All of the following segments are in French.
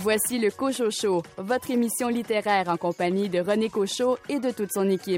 Voici le Cochot Show, votre émission littéraire en compagnie de René Cochot et de toute son équipe.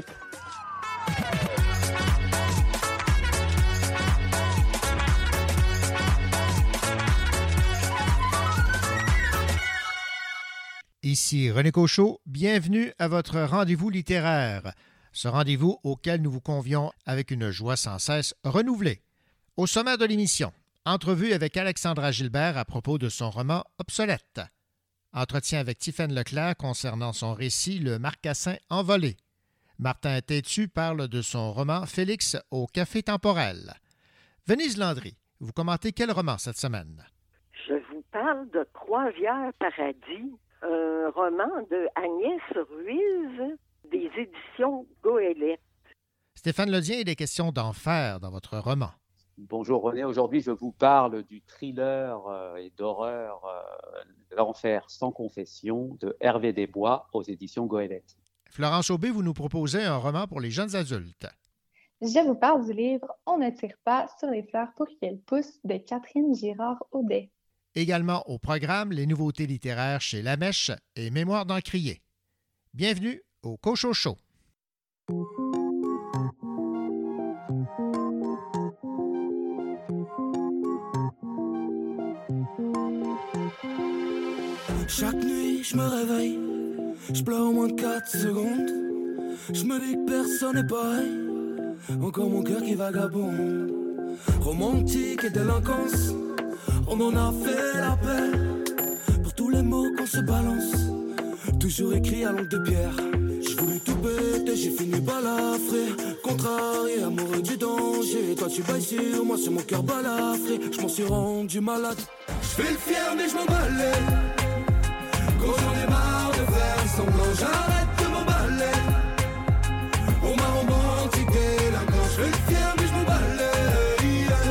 Ici René Cochot, bienvenue à votre rendez-vous littéraire. Ce rendez-vous auquel nous vous convions avec une joie sans cesse renouvelée. Au sommaire de l'émission, entrevue avec Alexandra Gilbert à propos de son roman Obsolète. Entretien avec Tiffaine Leclerc concernant son récit Le Marcassin envolé. Martin Têtu parle de son roman Félix au Café Temporel. Venise Landry, vous commentez quel roman cette semaine? Je vous parle de Croisière Paradis, un roman de Agnès Ruiz des éditions Goélette. Stéphane Ledien, il est question d'enfer dans votre roman. Bonjour René, aujourd'hui je vous parle du thriller et d'horreur L'Enfer sans confession de Hervé Desbois aux éditions Goélette. Florence Aubé, vous nous proposez un roman pour les jeunes adultes. Je vous parle du livre On ne tire pas sur les fleurs pour qu'elles poussent de Catherine Girard-Audet. Également au programme, les nouveautés littéraires chez La Mèche et Mémoire d'Encrier. Bienvenue au Cochot Show. Chaque nuit, je me réveille, je pleure au moins de 4 secondes. Je me dis que personne n'est pareil, encore mon cœur qui vagabonde. Romantique et délinquance, on en a fait la paix. Pour tous les mots qu'on se balance, toujours écrit à l'encre de pierre. J'ai voulu tout péter, j'ai fini balafré. Contrarié, amoureux du danger. Toi tu bailles sur moi, c'est mon cœur balafré. Je m'en suis rendu malade. Je fais le fier mais je m'en balais. Quand j'en ai marre de faire semblant, j'arrête de m'emballer. On m'a romantique délinquant, je fais le fier mais je m'en balais.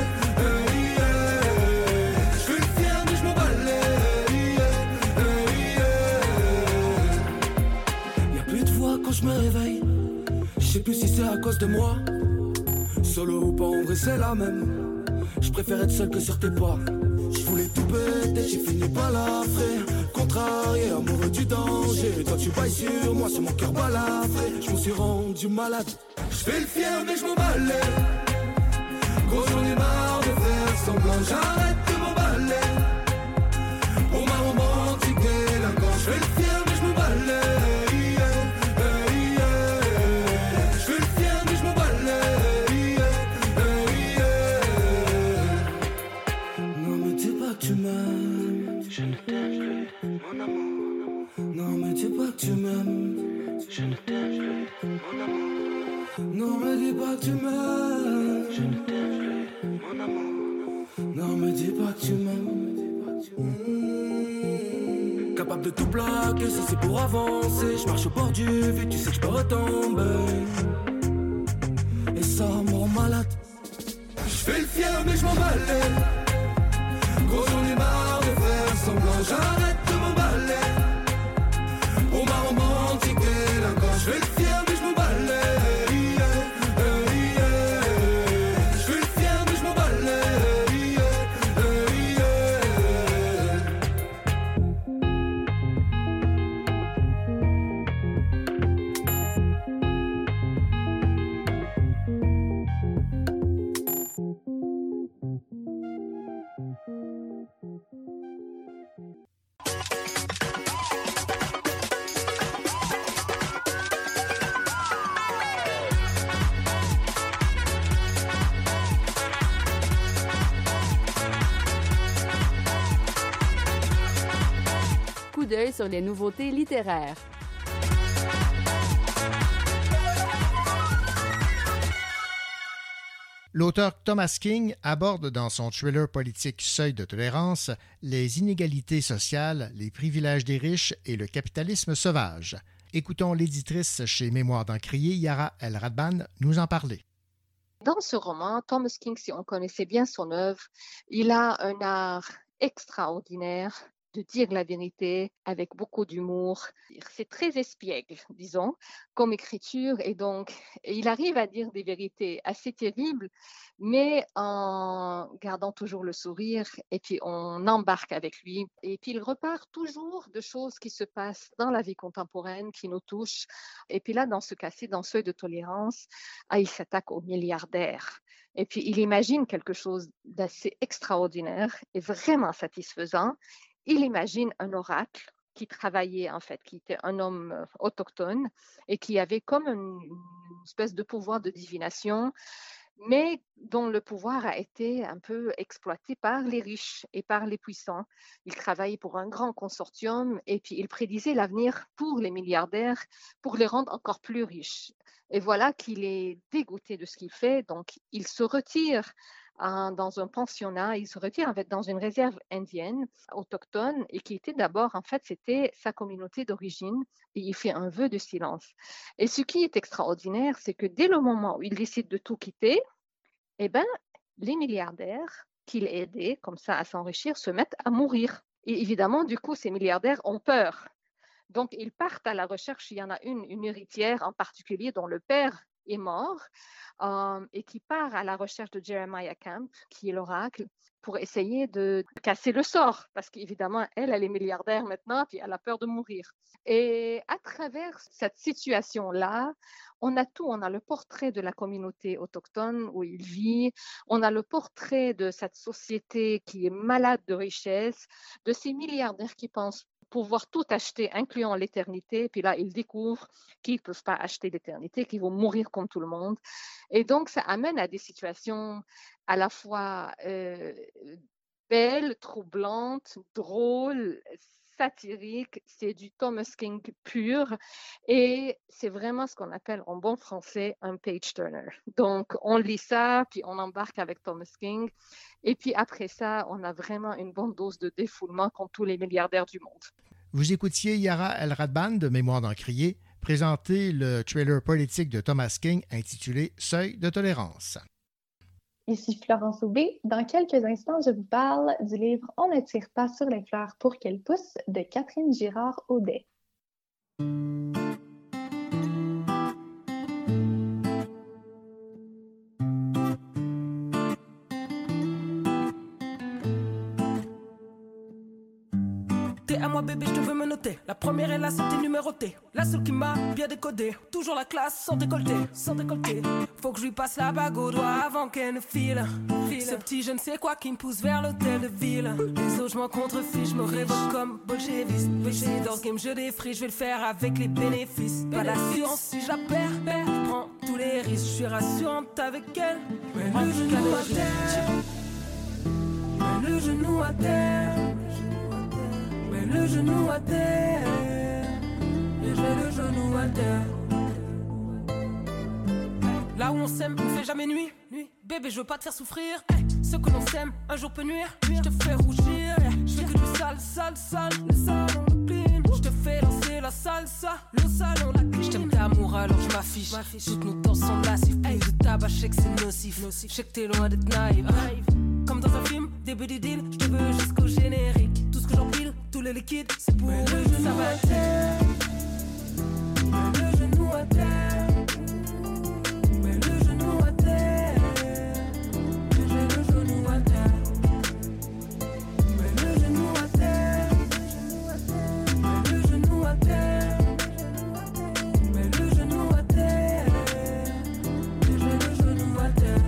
Je fais le fier mais je m'en balais. Y'a plus de voix quand je me réveille. Je sais plus si c'est à cause de moi. Solo ou pas, en vrai c'est la même. Je préfère être seul que sur tes pas. Je voulais tout péter, j'ai fini balafré. Contrarié, amoureux du danger. Toi tu bailles sur moi, c'est mon cœur balafré. Je m'en suis rendu malade. Je fais le fier mais je m'en balais. Gros j'en ai marre de faire semblant, j'arrête de m'emballer. Pour ma romantique délinquant, je fais le fier mais je m'en balais. Je fais le fier mais je m'en balais. Non mais dis pas que tu m'aimes. Je ne t'aime plus, mon amour. Non mais dis pas que tu m'aimes. Je ne t'aime plus, mon amour. Non mais dis pas que tu m'aimes. Je ne t'aime plus, mon amour. Non mais dis pas que tu m'aimes. Capable de tout plaquer si c'est pour avancer. Je marche au bord du vide, tu sais que je peux retomber. Et ça me rend malade. Je fais le fier mais je m'en balais. Gros j'en ai marre de faire semblant, j'arrête de m'emballer. On m'a romantique délinquant, je fais le fier mais je m'en balais. Je fais le fier mais je m'en balais. Coup d'œil sur les nouveautés littéraires. L'auteur Thomas King aborde dans son thriller politique Seuil de tolérance les inégalités sociales, les privilèges des riches et le capitalisme sauvage. Écoutons l'éditrice chez Mémoire d'Encrier, Yara El-Radban, nous en parler. Dans ce roman, Thomas King, si on connaissait bien son œuvre, il a un art extraordinaire de dire la vérité avec beaucoup d'humour. C'est très espiègle, disons, comme écriture. Et donc, il arrive à dire des vérités assez terribles, mais en gardant toujours le sourire. Et puis, on embarque avec lui. Et puis, il repart toujours de choses qui se passent dans la vie contemporaine, qui nous touchent. Et puis là, dans ce cas-ci, dans Seuil de tolérance, il s'attaque aux milliardaires. Et puis, il imagine quelque chose d'assez extraordinaire et vraiment satisfaisant. Il imagine un oracle qui travaillait, en fait, qui était un homme autochtone et qui avait comme une espèce de pouvoir de divination, mais dont le pouvoir a été un peu exploité par les riches et par les puissants. Il travaillait pour un grand consortium et puis il prédisait l'avenir pour les milliardaires, pour les rendre encore plus riches. Et voilà qu'il est dégoûté de ce qu'il fait, donc il se retire dans un pensionnat, il se retire en fait dans une réserve indienne autochtone et qui était d'abord, en fait, c'était sa communauté d'origine et il fait un vœu de silence. Et ce qui est extraordinaire, c'est que dès le moment où il décide de tout quitter, eh ben, les milliardaires qu'il aidait comme ça à s'enrichir se mettent à mourir. Et évidemment, du coup, ces milliardaires ont peur. Donc, ils partent à la recherche. Il y en a une héritière en particulier dont le père est mort et qui part à la recherche de Jeremiah Camp, qui est l'oracle, pour essayer de casser le sort, parce qu'évidemment, elle est milliardaire maintenant, puis elle a peur de mourir. Et à travers cette situation-là, on a tout. On a le portrait de la communauté autochtone où il vit, on a le portrait de cette société qui est malade de richesse, de ces milliardaires qui pensent pouvoir tout acheter, incluant l'éternité. Puis là, ils découvrent qu'ils ne peuvent pas acheter l'éternité, qu'ils vont mourir comme tout le monde. Et donc, ça amène à des situations à la fois belles, troublantes, drôles, satiriques. C'est du Thomas King pur. Et c'est vraiment ce qu'on appelle en bon français un page-turner. Donc, on lit ça, puis on embarque avec Thomas King. Et puis après ça, on a vraiment une bonne dose de défoulement contre tous les milliardaires du monde. Vous écoutiez Yara El-Radban de Mémoire d'Encrier présenter le trailer politique de Thomas King intitulé Seuil de tolérance. Ici Florence Aubé. Dans quelques instants, je vous parle du livre On ne tire pas sur les fleurs pour qu'elles poussent de Catherine Girard-Audet. À moi bébé, je te veux me noter. La première est la santé numérotée. La seule qui m'a bien décodé. Toujours la classe sans décolleté, sans décolleté. Faut que je lui passe la bague au doigt avant qu'elle ne file. Ce petit je ne sais quoi qui me pousse vers l'hôtel de ville. Les autres je m'en contrefie, je me révolte comme bolchéviste. Péché dans ce game je défrie, je vais le faire avec les bénéfices. Pas d'assurance si je la perds, je prends tous les risques. Je suis rassurante avec elle. Mets le genou à terre. Mets le genou à terre. Le genou à terre, et j'ai le genou à terre. Là où on s'aime, on fait jamais nuit. Bébé, je veux pas te faire souffrir. Ce que l'on s'aime, un jour peut nuire. Je te fais rougir. Je fais que du sale. Le salon, le clean. Je te fais danser la salsa. Le salon, la clean. Je t'aime d'amour, alors je m'affiche. Toutes nos danses sont massives. Plus de tabac, je sais que c'est nocif. Je sais que t'es loin d'être naïve. Comme dans un film, début du deal. Je te veux jusqu'au générique. Tout ce que j'empile, tous les liquides, c'est pour eux. Ça va à terre. Mets le genou à terre. Mets le genou à terre. Et j'ai le genou à terre. Mets le genou à terre. Mets le genou à terre. Mets le genou à terre. Et j'ai le genou à terre.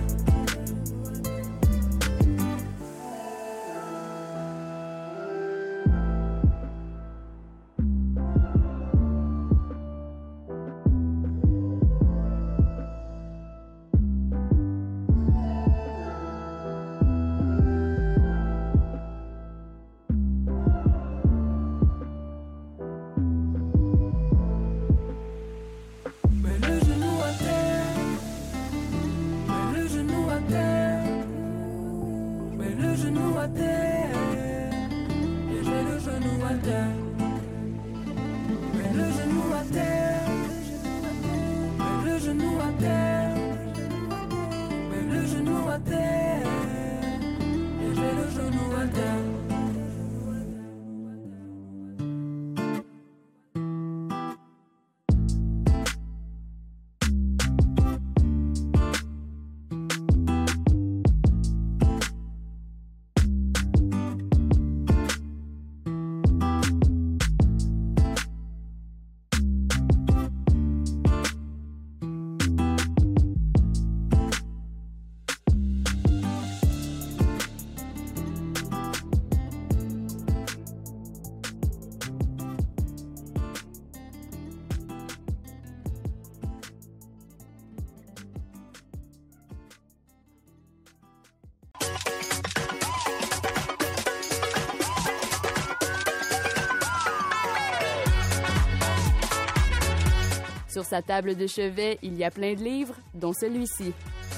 Sur sa table de chevet, il y a plein de livres, dont celui-ci.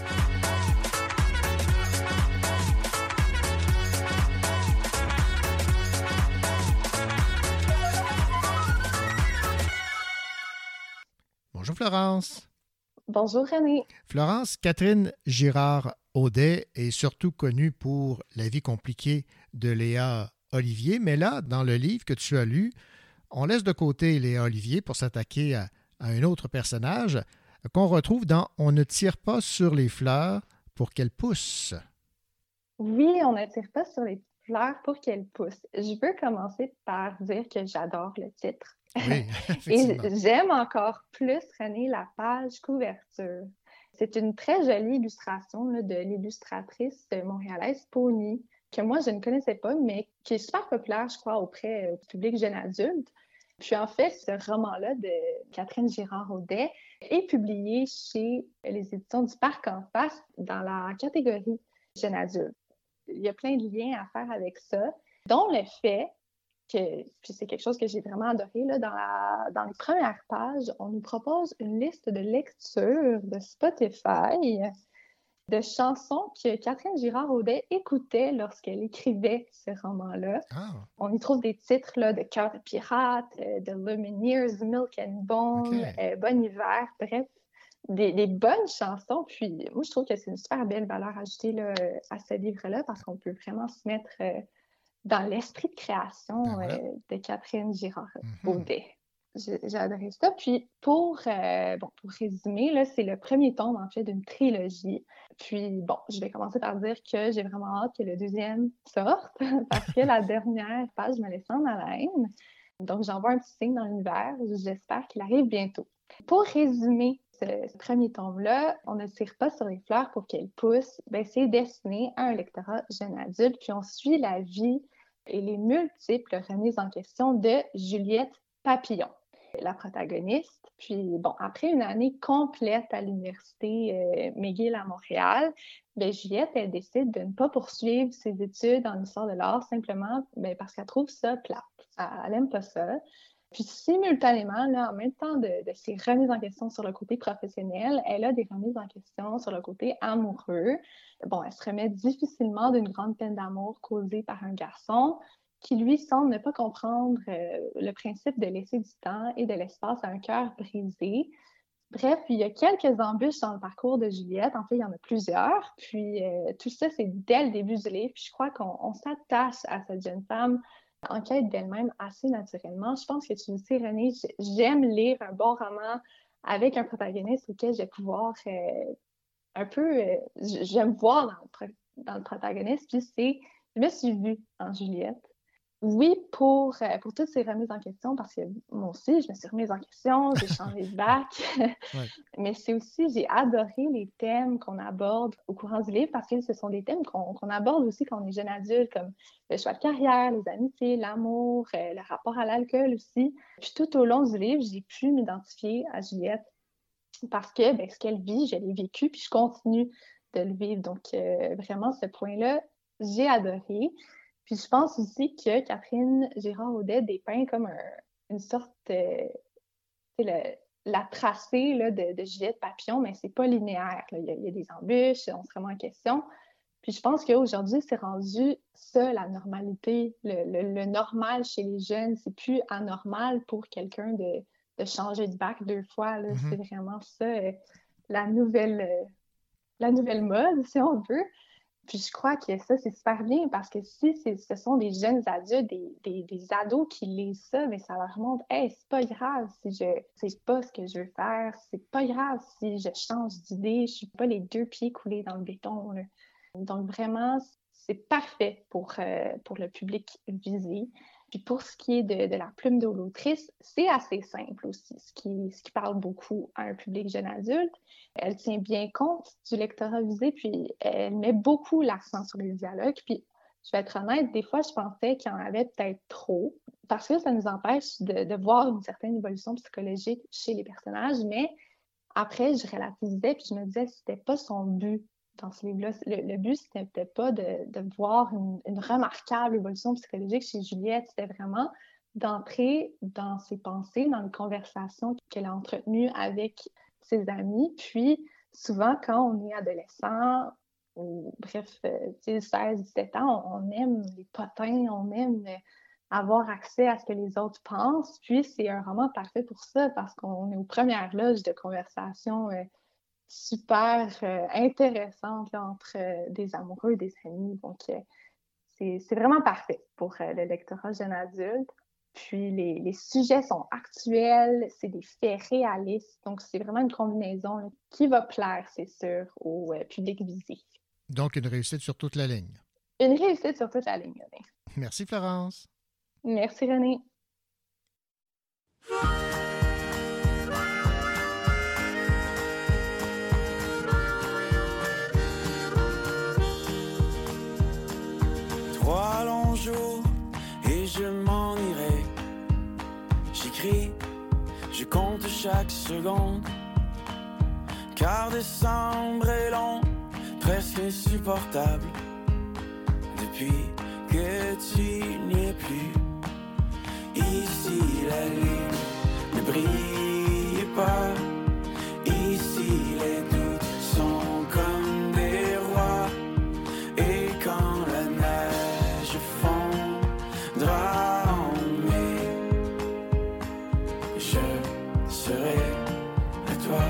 Bonjour Florence. Bonjour René. Florence, Catherine Girard-Audet est surtout connue pour La vie compliquée de Léa Olivier, mais là, dans le livre que tu as lu, on laisse de côté Léa Olivier pour s'attaquer à un autre personnage qu'on retrouve dans On ne tire pas sur les fleurs pour qu'elles poussent. Oui, on ne tire pas sur les fleurs pour qu'elles poussent. Je veux commencer par dire que j'adore le titre. Oui, effectivement. Et j'aime encore plus, René, la page couverture. C'est une très jolie illustration là, de l'illustratrice montréalaise Pony, que moi, je ne connaissais pas, mais qui est super populaire, je crois, auprès du public jeune adulte. Puis en fait, ce roman-là de Catherine Girard-Audet est publié chez les éditions du Parc en face dans la catégorie jeune adulte. Il y a plein de liens à faire avec ça, dont le fait puis c'est quelque chose que j'ai vraiment adoré, là, dans les premières pages, on nous propose une liste de lectures de Spotify de chansons que Catherine Girard-Audet écoutait lorsqu'elle écrivait ce roman-là. Ah. On y trouve des titres là, de Cœur de pirate, de Lumineers, Milk and Bone, Okay. Bon hiver, bref, des bonnes chansons. Puis moi, je trouve que c'est une super belle valeur ajoutée là, à ce livre-là parce qu'on peut vraiment se mettre dans l'esprit de création de Catherine Girard-Audet. J'ai adoré ça. Puis pour résumer, là, c'est le premier tome, en fait, d'une trilogie. Puis, bon, je vais commencer par dire que j'ai vraiment hâte que le deuxième sorte parce que la dernière page me laisse en haleine. Donc, j'envoie un petit signe dans l'univers. J'espère qu'il arrive bientôt. Pour résumer ce premier tome-là, On ne tire pas sur les fleurs pour qu'elles poussent. Ben, c'est destiné à un lectorat jeune adulte. Puis, on suit la vie et les multiples remises en question de Juliette Papillon, la protagoniste. Puis, bon, après une année complète à l'université McGill à Montréal, bien, Juliette, elle décide de ne pas poursuivre ses études en histoire de l'art simplement parce qu'elle trouve ça plate. Elle n'aime pas ça. Puis, simultanément, là, en même temps de ces remises en question sur le côté professionnel, elle a des remises en question sur le côté amoureux. Bon, elle se remet difficilement d'une grande peine d'amour causée par un garçon qui, lui, semble ne pas comprendre le principe de laisser du temps et de l'espace à un cœur brisé. Bref, il y a quelques embûches dans le parcours de Juliette. En fait, il y en a plusieurs. Puis, tout ça, c'est dès le début du livre. Puis, je crois qu'on s'attache à cette jeune femme en quête d'elle-même assez naturellement. Je pense que tu le sais, René, j'aime lire un bon roman avec un protagoniste auquel je vais pouvoir j'aime voir dans le protagoniste, puis je me suis vue en Juliette. Oui, pour toutes ces remises en question, parce que moi aussi, je me suis remise en question, j'ai changé de bac, Ouais. mais c'est aussi, j'ai adoré les thèmes qu'on aborde au courant du livre, parce que ce sont des thèmes qu'on aborde aussi quand on est jeune adulte, comme le choix de carrière, les amitiés, l'amour, le rapport à l'alcool aussi. Puis tout au long du livre, j'ai pu m'identifier à Juliette, parce que ce qu'elle vit, je l'ai vécu, puis je continue de le vivre. Donc, vraiment, ce point-là, j'ai adoré. Puis je pense aussi que Catherine Girard-Audet dépeint comme une sorte, la tracée là, de Juliette Papillon, mais c'est pas linéaire. Là. Il y a des embûches, on se remet en question. Puis je pense qu'aujourd'hui, c'est rendu ça, la normalité, le normal chez les jeunes. C'est plus anormal pour quelqu'un de changer de bac 2 fois. Là. C'est vraiment ça, la nouvelle mode, si on veut. Puis je crois que ça, c'est super bien parce que si ce sont des jeunes adultes, des ados qui lisent ça, mais ça leur montre, hey, c'est pas grave si je sais pas ce que je veux faire, c'est pas grave si je change d'idée, je suis pas les 2 pieds coulés dans le béton. Là. Donc vraiment, c'est parfait pour le public visé. Puis pour ce qui est de la plume de l'autrice, c'est assez simple aussi, ce qui parle beaucoup à un public jeune adulte. Elle tient bien compte du lectorat visé, puis elle met beaucoup l'accent sur les dialogues. Puis je vais être honnête, des fois, je pensais qu'il y en avait peut-être trop, parce que ça nous empêche de voir une certaine évolution psychologique chez les personnages, mais après, je relativisais, puis je me disais que c'était pas son but dans ce livre-là. Le but, c'était peut-être pas de voir une remarquable évolution psychologique chez Juliette, c'était vraiment d'entrer dans ses pensées, dans les conversations qu'elle a entretenues avec ses amis. Puis, souvent, quand on est adolescent, ou bref, 16-17 ans, on aime les potins, on aime avoir accès à ce que les autres pensent. Puis, c'est un roman parfait pour ça, parce qu'on est aux premières loges de conversations super intéressantes là, entre des amoureux, des amis. Donc, c'est vraiment parfait pour le lectorat jeune adulte. Puis les sujets sont actuels, c'est des faits réalistes. Donc, c'est vraiment une combinaison là, qui va plaire, c'est sûr, au public visé. Donc, une réussite sur toute la ligne. Une réussite sur toute la ligne, René. Merci, Florence. Merci, René. Trois longs jours et je m'en irai. J'écris, je compte chaque seconde. Car décembre est long, presque insupportable. Depuis que tu n'y es plus. Ici la lune ne brille pas. Ici les doutes sont comme des rois. Et quand la neige fondra en mai, je serai à toi.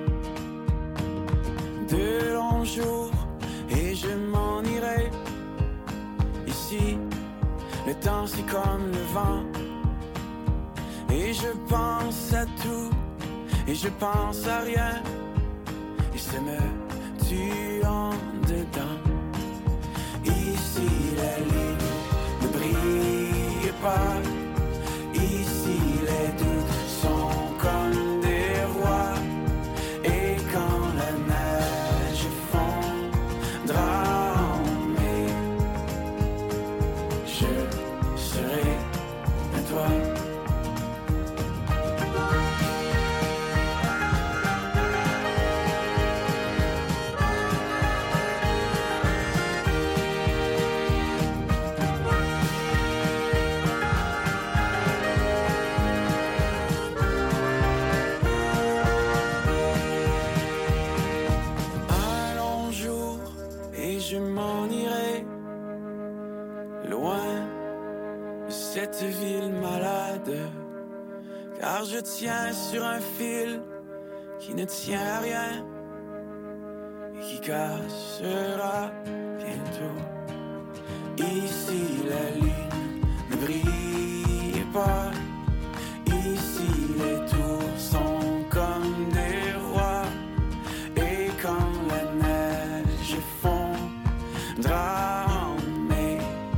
2 longs jours et je m'en irai. Ici, le temps c'est comme le vent. Et je pense à tout, et je pense à rien. Et ça me tue en dedans. Ici la lune ne brille pas. Ici les doutes sont comme des rois. Et quand la neige fondra en mai, je serai à toi. Je m'en irai loin de cette ville malade, car je tiens sur un fil qui ne tient à rien et qui cassera bientôt. Ici la lune ne brille pas. Ici les tours sont comme des rois. Et quand la neige fondra en mai,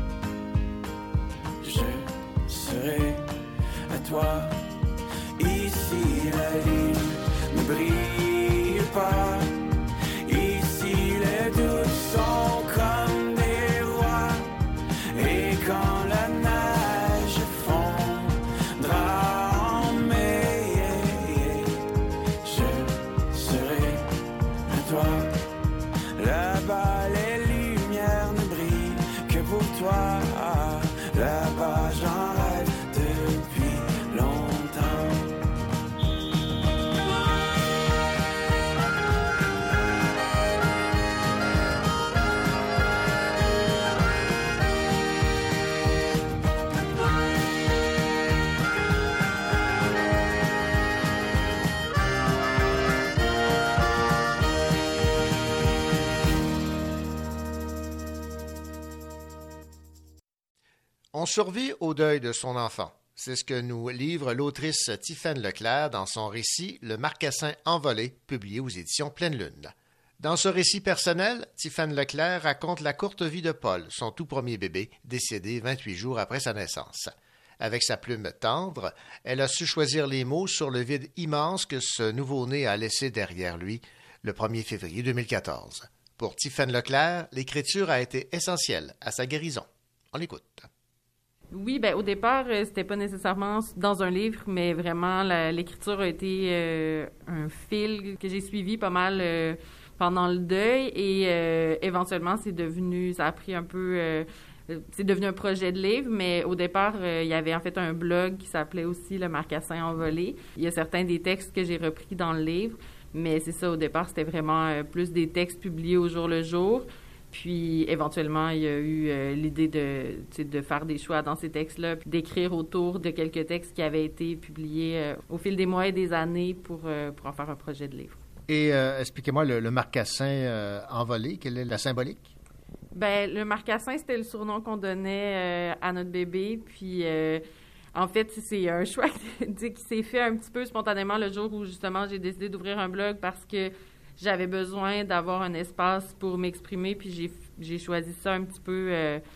je serai à toi. Ici la lune ne brille pas. Ici les doutes sont comme des rois. Et quand la neige fondra en mai, je serai à toi. Là-bas les lumières ne brillent que pour toi. Là-bas j'en rêve depuis longtemps. On survit au deuil de son enfant. C'est ce que nous livre l'autrice Tiphaine Leclerc dans son récit « Le marcassin envolé », publié aux éditions Pleine Lune. Dans ce récit personnel, Tiphaine Leclerc raconte la courte vie de Paul, son tout premier bébé, décédé 28 jours après sa naissance. Avec sa plume tendre, elle a su choisir les mots sur le vide immense que ce nouveau-né a laissé derrière lui le 1er février 2014. Pour Tiphaine Leclerc, l'écriture a été essentielle à sa guérison. On l'écoute. Oui, ben au départ, c'était pas nécessairement dans un livre, mais vraiment l'écriture a été un fil que j'ai suivi pas mal pendant le deuil et éventuellement ça a pris un peu c'est devenu un projet de livre, mais au départ, il y avait en fait un blog qui s'appelait aussi Le Marcassin envolé. Il y a certains des textes que j'ai repris dans le livre, mais c'est ça, au départ, c'était vraiment plus des textes publiés au jour le jour. Puis, éventuellement, il y a eu l'idée de faire des choix dans ces textes-là, puis d'écrire autour de quelques textes qui avaient été publiés au fil des mois et des années pour en faire un projet de livre. Et expliquez-moi le marcassin envolé, quelle est la symbolique? Ben, le marcassin, c'était le surnom qu'on donnait à notre bébé. Puis, en fait, c'est un choix qui s'est fait un petit peu spontanément le jour où, justement, j'ai décidé d'ouvrir un blog parce que j'avais besoin d'avoir un espace pour m'exprimer. Puis, j'ai choisi ça un petit peu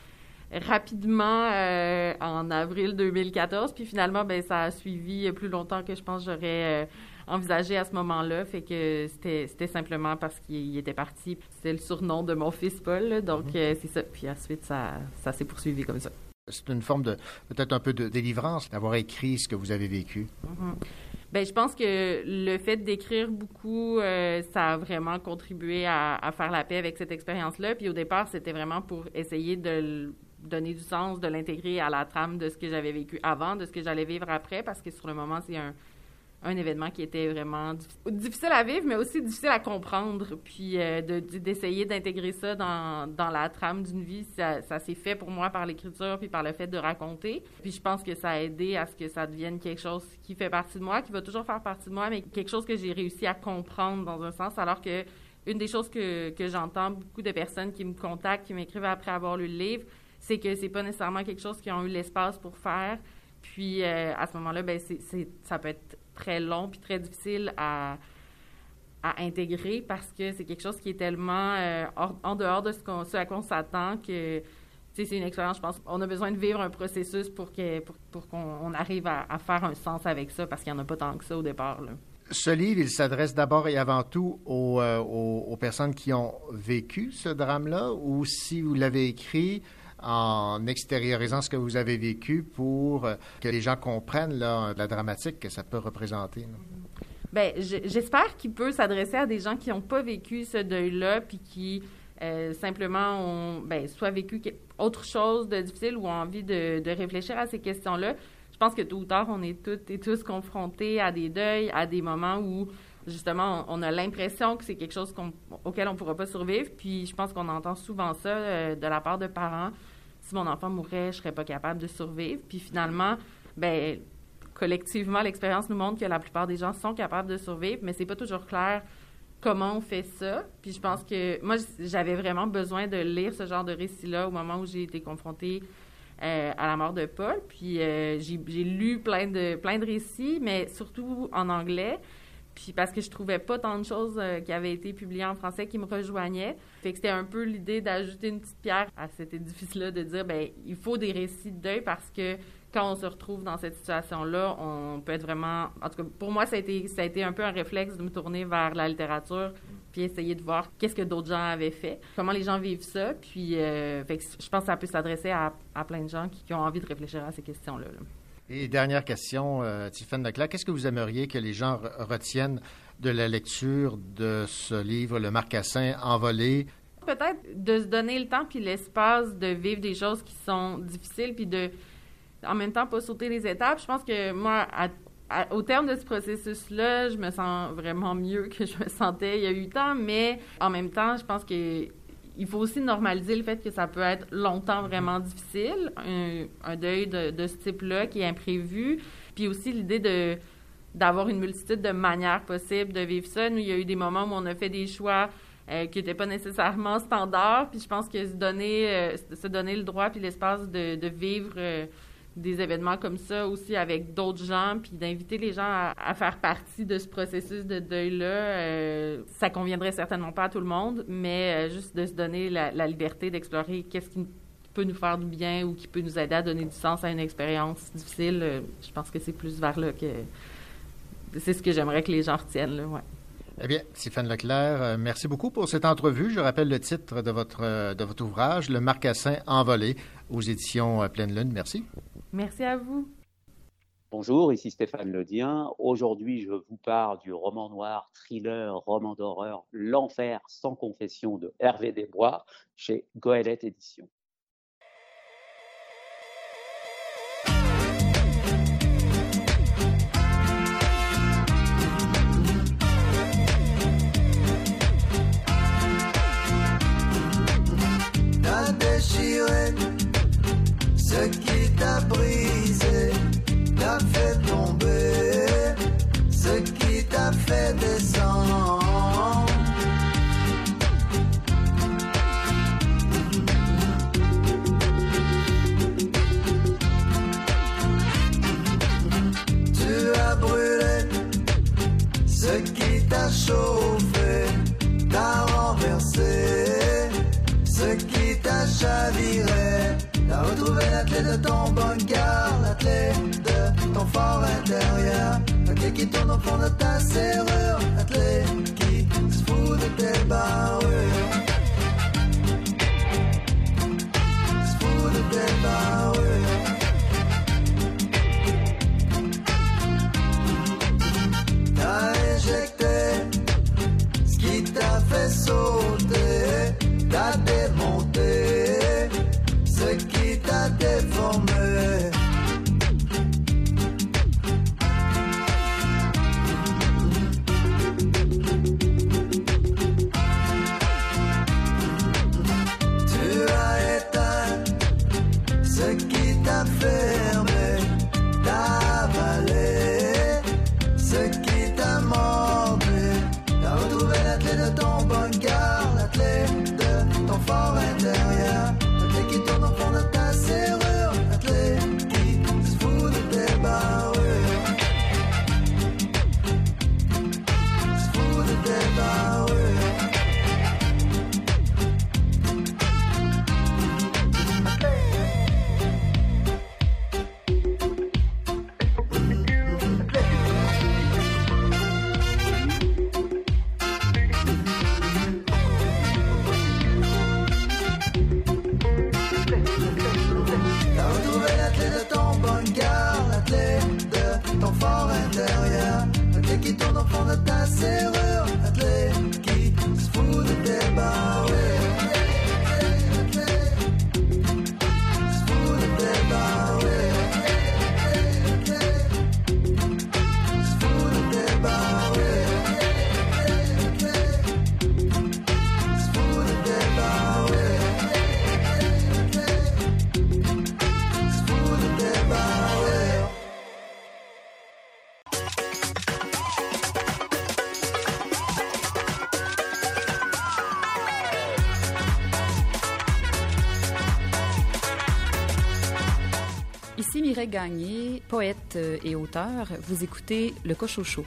rapidement en avril 2014. Puis, finalement, ben, ça a suivi plus longtemps que je pense que j'aurais envisagé à ce moment-là. Fait que c'était simplement parce qu'il était parti. C'était le surnom de mon fils Paul, là, donc c'est ça. Puis ensuite, ça s'est poursuivi comme ça. C'est une forme de, peut-être un peu de délivrance d'avoir écrit ce que vous avez vécu. Bien, je pense que le fait d'écrire beaucoup, ça a vraiment contribué à faire la paix avec cette expérience-là. Puis au départ, c'était vraiment pour essayer de donner du sens, de l'intégrer à la trame de ce que j'avais vécu avant, de ce que j'allais vivre après, parce que sur le moment, c'est un événement qui était vraiment difficile à vivre, mais aussi difficile à comprendre. Puis d'essayer d'intégrer ça dans la trame d'une vie, ça s'est fait pour moi par l'écriture puis par le fait de raconter. Puis je pense que ça a aidé à ce que ça devienne quelque chose qui fait partie de moi, qui va toujours faire partie de moi, mais quelque chose que j'ai réussi à comprendre dans un sens, alors que une des choses que j'entends beaucoup de personnes qui me contactent, qui m'écrivent après avoir lu le livre, c'est que c'est pas nécessairement quelque chose qu'ils ont eu l'espace pour faire. Puis à ce moment-là, ben ça peut être très long puis très difficile à intégrer parce que c'est quelque chose qui est tellement en dehors de ce à quoi on s'attend que c'est une expérience, je pense. On a besoin de vivre un processus pour qu'on arrive à faire un sens avec ça parce qu'il n'y en a pas tant que ça au départ, là. Ce livre, il s'adresse d'abord et avant tout aux personnes qui ont vécu ce drame-là ou si vous l'avez écrit en extériorisant ce que vous avez vécu pour que les gens comprennent là, la dramatique que ça peut représenter. Bien, j'espère qu'il peut s'adresser à des gens qui n'ont pas vécu ce deuil-là puis qui simplement ont soit vécu autre chose de difficile ou ont envie de réfléchir à ces questions-là. Je pense que tôt ou tard, on est toutes et tous confrontés à des deuils, à des moments où justement, on a l'impression que c'est quelque chose auquel on ne pourra pas survivre. Puis je pense qu'on entend souvent ça de la part de parents. Si mon enfant mourait, je ne serais pas capable de survivre. Puis finalement, ben collectivement, l'expérience nous montre que la plupart des gens sont capables de survivre, mais c'est pas toujours clair comment on fait ça. Puis je pense que moi, j'avais vraiment besoin de lire ce genre de récit-là au moment où j'ai été confrontée à la mort de Paul. Puis j'ai lu plein de récits, mais surtout en anglais. Puis parce que je trouvais pas tant de choses qui avaient été publiées en français qui me rejoignaient. Fait que c'était un peu l'idée d'ajouter une petite pierre à cet édifice-là, de dire, ben il faut des récits de deuil parce que quand on se retrouve dans cette situation-là, on peut être vraiment... En tout cas, pour moi, ça a été un peu un réflexe de me tourner vers la littérature puis essayer de voir qu'est-ce que d'autres gens avaient fait, comment les gens vivent ça. Puis fait que je pense que ça peut s'adresser à plein de gens qui ont envie de réfléchir à ces questions-là, là. Et dernière question, Tiphaine Leclerc, qu'est-ce que vous aimeriez que les gens retiennent de la lecture de ce livre, Le Marcassin envolé? Peut-être de se donner le temps puis l'espace de vivre des choses qui sont difficiles puis de, en même temps, pas sauter les étapes. Je pense que moi, au terme de ce processus-là, je me sens vraiment mieux que je me sentais il y a 8 ans, mais en même temps, je pense que il faut aussi normaliser le fait que ça peut être longtemps vraiment difficile, un deuil de ce type-là qui est imprévu, puis aussi l'idée d'avoir une multitude de manières possibles de vivre ça. Nous, il y a eu des moments où on a fait des choix qui n'étaient pas nécessairement standards, puis je pense que se donner le droit puis l'espace de vivre des événements comme ça aussi avec d'autres gens, puis d'inviter les gens à faire partie de ce processus de deuil-là, ça conviendrait certainement pas à tout le monde, mais juste de se donner la liberté d'explorer qu'est-ce qui peut nous faire du bien ou qui peut nous aider à donner du sens à une expérience difficile. Je pense que c'est plus vers là que... C'est ce que j'aimerais que les gens retiennent, là, ouais. Eh bien, Tiphaine Leclerc, merci beaucoup pour cette entrevue. Je rappelle le titre de votre ouvrage, Le Marcassin envolé, aux éditions Pleine Lune. Merci. Merci à vous. Bonjour, ici Stéphane Ledien. Aujourd'hui, je vous parle du roman noir, thriller, roman d'horreur, L'Enfer sans confession de Hervé Desbois chez Goélette Éditions. t'a fait descendre. Tu as brûlé ce qui t'a chauffé, t'as renversé ce qui t'a chaviré. T'as retrouvé la clé de ton bunker, la clé de ton fort intérieur, la clé qui tourne au fond de ta serrure, la clé qui se fout de tes barrures, se fout de tes barrures. T'as éjecté ce qui t'a fait sauter, t'as démonté ce qui t'a déformé. Tu as éteint ce qui t'a fermé, t'as avalé ce qui t'a mordu. T'as retrouvé la clé de ton bunker, la clé de ton fort intérieur, qui tourne au fond de ta serrure, la clé qui se fout de tes barrures, se fout de tes barrures. Qui tourne au fond de ta serrure, la clé qui se fout de tes barrures, se fout de tes barrures, se fout de tes barrures, se fout de tes barrures, se fout de tes barrures. Ici Mireille Gagné, poète et auteur. Vous écoutez Le Cochocho.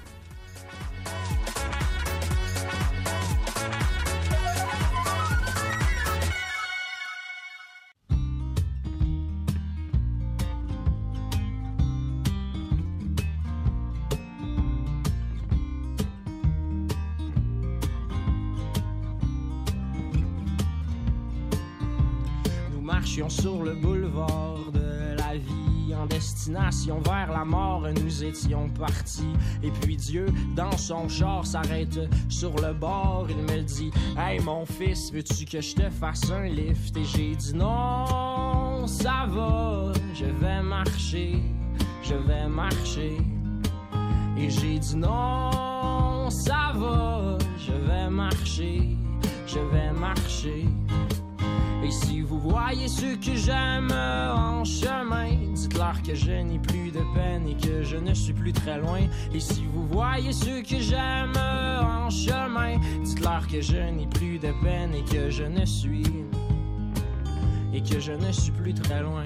Nous marchions sur le boulevard de la vie, en destination vers la mort, nous étions partis. Et puis Dieu, dans son char, s'arrête sur le bord. Il me dit: hey mon fils, veux-tu que je te fasse un lift? Et j'ai dit non, ça va, je vais marcher, je vais marcher. Et j'ai dit non, ça va, je vais marcher, je vais marcher. Et si vous voyez ceux que j'aime en chemin, dites-leur que je n'ai plus de peine et que je ne suis plus très loin. Et si vous voyez ceux que j'aime en chemin, dites-leur que je n'ai plus de peine et que je ne suis plus très loin.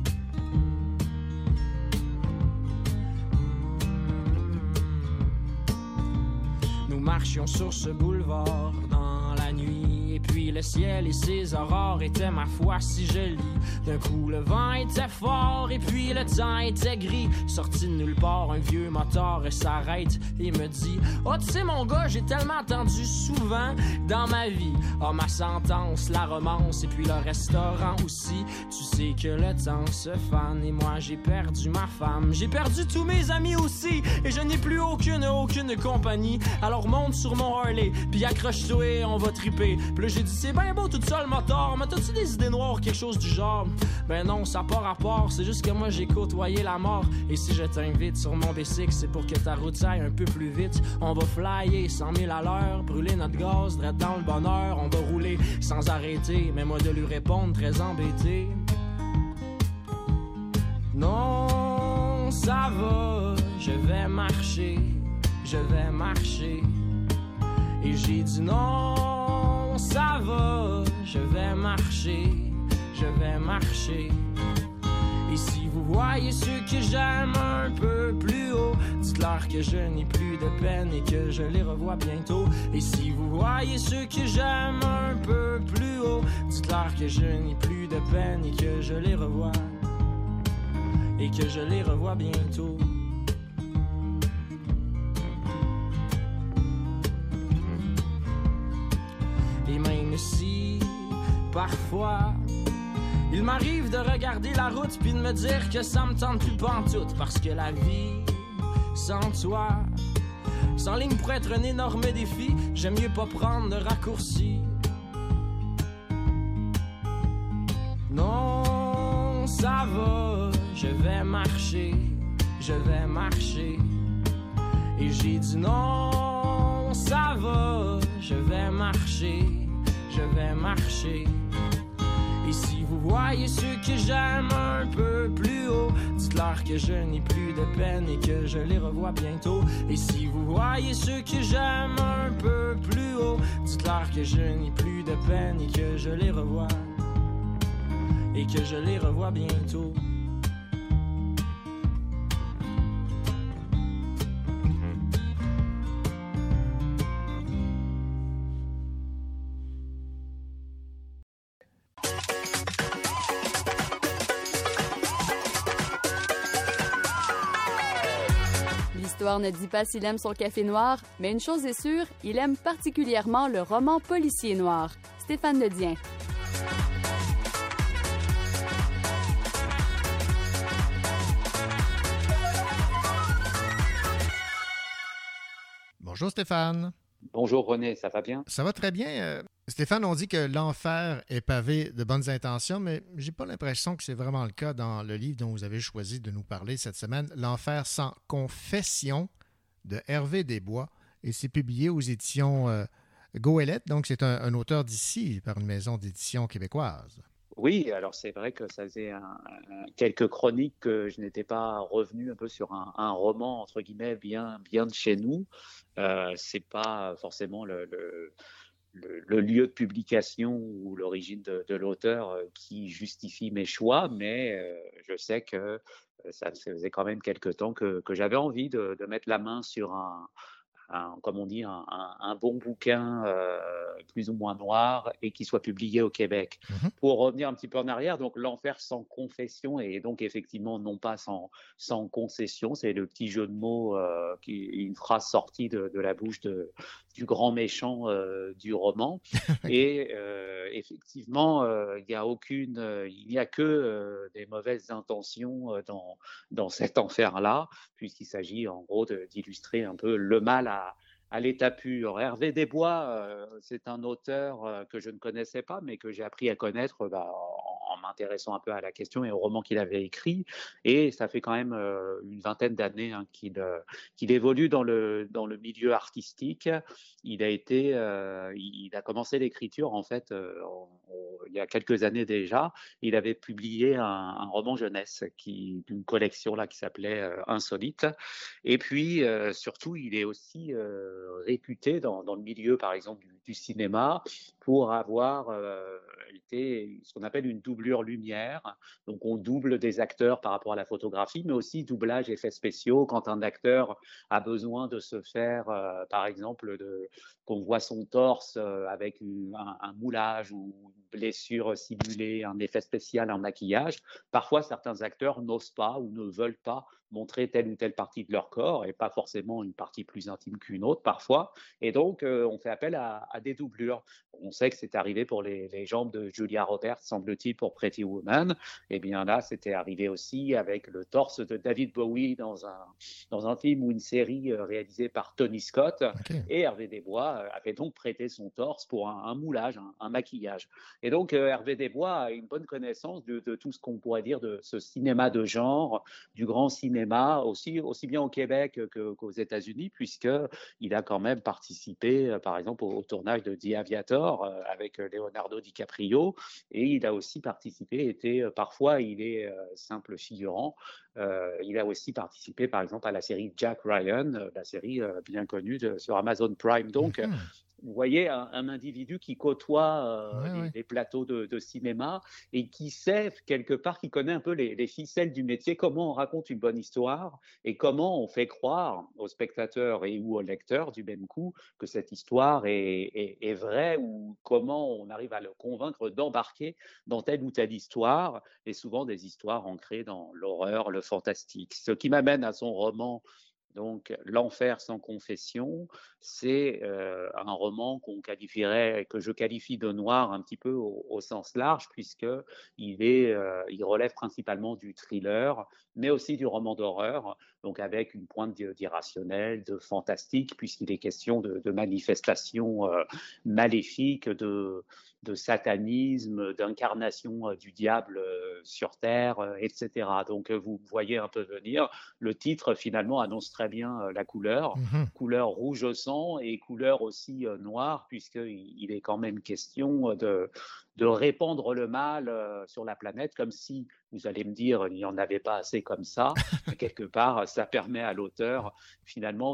Nous marchions sur ce boulevard dans la nuit, et puis le ciel et ses aurores étaient ma foi si jolis. D'un coup le vent était fort et puis le temps était gris. Sorti de nulle part, un vieux moteur s'arrête et me dit: oh tu sais mon gars, j'ai tellement entendu souvent dans ma vie, oh ma sentence, la romance et puis le restaurant aussi. Tu sais que le temps se fane et moi j'ai perdu ma femme, j'ai perdu tous mes amis aussi, et je n'ai plus aucune compagnie. Alors monte sur mon Harley puis accroche-toi et on va triper. Puis là j'ai dit: c'est bien beau tout ça le moteur, mais t'as-tu des idées noires, quelque chose du genre? Ben non, ça n'a pas rapport, c'est juste que moi j'ai côtoyé la mort. Et si je t'invite sur mon bicycle, c'est pour que ta route aille un peu plus vite. On va flyer 100 000 à l'heure, brûler notre gaz, direct dans le bonheur. On va rouler sans arrêter, mais moi de lui répondre très embêté: non, ça va, je vais marcher, je vais marcher. Et j'ai dit non, ça va, je vais marcher, je vais marcher. Et si vous voyez ceux que j'aime un peu plus haut, dites-leur que je n'ai plus de peine et que je les revois bientôt. Et si vous voyez ceux que j'aime un peu plus haut, dites-leur que je n'ai plus de peine et que je les revois. Et que je les revois bientôt. Et même si, parfois, il m'arrive de regarder la route puis de me dire que ça me tente plus pantoute. Parce que la vie, sans toi, sans ligne pourrait être un énorme défi. J'aime mieux pas prendre de raccourcis. Non, ça va, je vais marcher, je vais marcher. Et j'ai dit non, ça va, je vais marcher, je vais marcher. Et si vous voyez ceux que j'aime un peu plus haut, dites-leur que je n'ai plus de peine et que je les revois bientôt. Et si vous voyez ceux que j'aime un peu plus haut, dites-leur que je n'ai plus de peine et que je les revois. Et que je les revois bientôt. L'histoire ne dit pas s'il aime son café noir, mais une chose est sûre, il aime particulièrement le roman policier noir. Stéphane Ledien. Bonjour Stéphane. Bonjour René, ça va bien? Ça va très bien. Stéphane, on dit que l'enfer est pavé de bonnes intentions, mais j'ai pas l'impression que c'est vraiment le cas dans le livre dont vous avez choisi de nous parler cette semaine, L'enfer sans confession de Hervé Desbois, et c'est publié aux éditions Goélette, donc c'est un auteur d'ici, par une maison d'édition québécoise. Oui, alors c'est vrai que ça faisait quelques chroniques que je n'étais pas revenu un peu sur un roman, entre guillemets, bien de chez nous. C'est pas forcément le lieu de publication ou l'origine de l'auteur qui justifie mes choix, mais je sais que ça faisait quand même quelque temps que j'avais envie de mettre la main sur comme on dit, un bon bouquin plus ou moins noir et qui soit publié au Québec. Mm-hmm. Pour revenir un petit peu en arrière, donc L'enfer sans confession et donc effectivement non pas sans concession, c'est le petit jeu de mots, une phrase sortie de la bouche du grand méchant du roman. Et effectivement, il n'y a que des mauvaises intentions dans cet enfer-là, puisqu'il s'agit en gros d'illustrer un peu le mal à l'état pur. Hervé Desbois, c'est un auteur que je ne connaissais pas, mais que j'ai appris à connaître en m'intéressant un peu à la question et au roman qu'il avait écrit. Et ça fait quand même une vingtaine d'années qu'il évolue dans le milieu artistique. Il a commencé l'écriture en fait il y a quelques années déjà. Il avait publié un roman jeunesse, d'une collection là qui s'appelait Insolite. Et puis surtout, il est aussi réputé dans le milieu, par exemple, du cinéma pour avoir été ce qu'on appelle une doublure lumière. Donc, on double des acteurs par rapport à la photographie, mais aussi doublage effets spéciaux. Quand un acteur a besoin de se faire, par exemple, qu'on voit son torse avec un moulage ou une blessure simulée, un effet spécial, un maquillage, parfois certains acteurs n'osent pas ou ne veulent pas montrer telle ou telle partie de leur corps et pas forcément une partie plus intime qu'une autre parfois. Et donc, on fait appel à des doublures. On sait que c'est arrivé pour les jambes de Julia Roberts, semble-t-il, pour Pretty Woman. Et bien là, c'était arrivé aussi avec le torse de David Bowie dans un film ou une série réalisée par Tony Scott. Okay. Et Hervé Desbois avait donc prêté son torse pour un moulage, un maquillage. Et donc, Hervé Desbois a une bonne connaissance de tout ce qu'on pourrait dire de ce cinéma de genre, du grand cinéma, aussi bien au Québec qu'aux États-Unis, puisqu'il a quand même participé, par exemple, au tournage de The Aviator avec Leonardo DiCaprio, et il a aussi participé, parfois il est simple figurant, il a aussi participé, par exemple, à la série Jack Ryan, la série bien connue sur Amazon Prime. Donc, vous voyez, un individu qui côtoie les plateaux de cinéma et qui sait, quelque part, qui connaît un peu les ficelles du métier, comment on raconte une bonne histoire et comment on fait croire aux spectateurs ou aux lecteurs du même coup que cette histoire est vraie, ou comment on arrive à le convaincre d'embarquer dans telle ou telle histoire, et souvent des histoires ancrées dans l'horreur, le fantastique. Ce qui m'amène à son roman, donc, L'Enfer sans confession, c'est un roman que je qualifie de noir un petit peu au sens large, puisqu'il il relève principalement du thriller, mais aussi du roman d'horreur, donc avec une pointe d'irrationnel, de fantastique, puisqu'il est question de manifestations maléfiques, de satanisme, d'incarnation du diable sur Terre, etc. Donc, vous voyez un peu venir, le titre finalement annonce très bien la couleur, couleur rouge au sang et couleur aussi noire, puisqu'il est quand même question de répandre le mal sur la planète, comme si, vous allez me dire, il n'y en avait pas assez comme ça, mais quelque part, ça permet à l'auteur finalement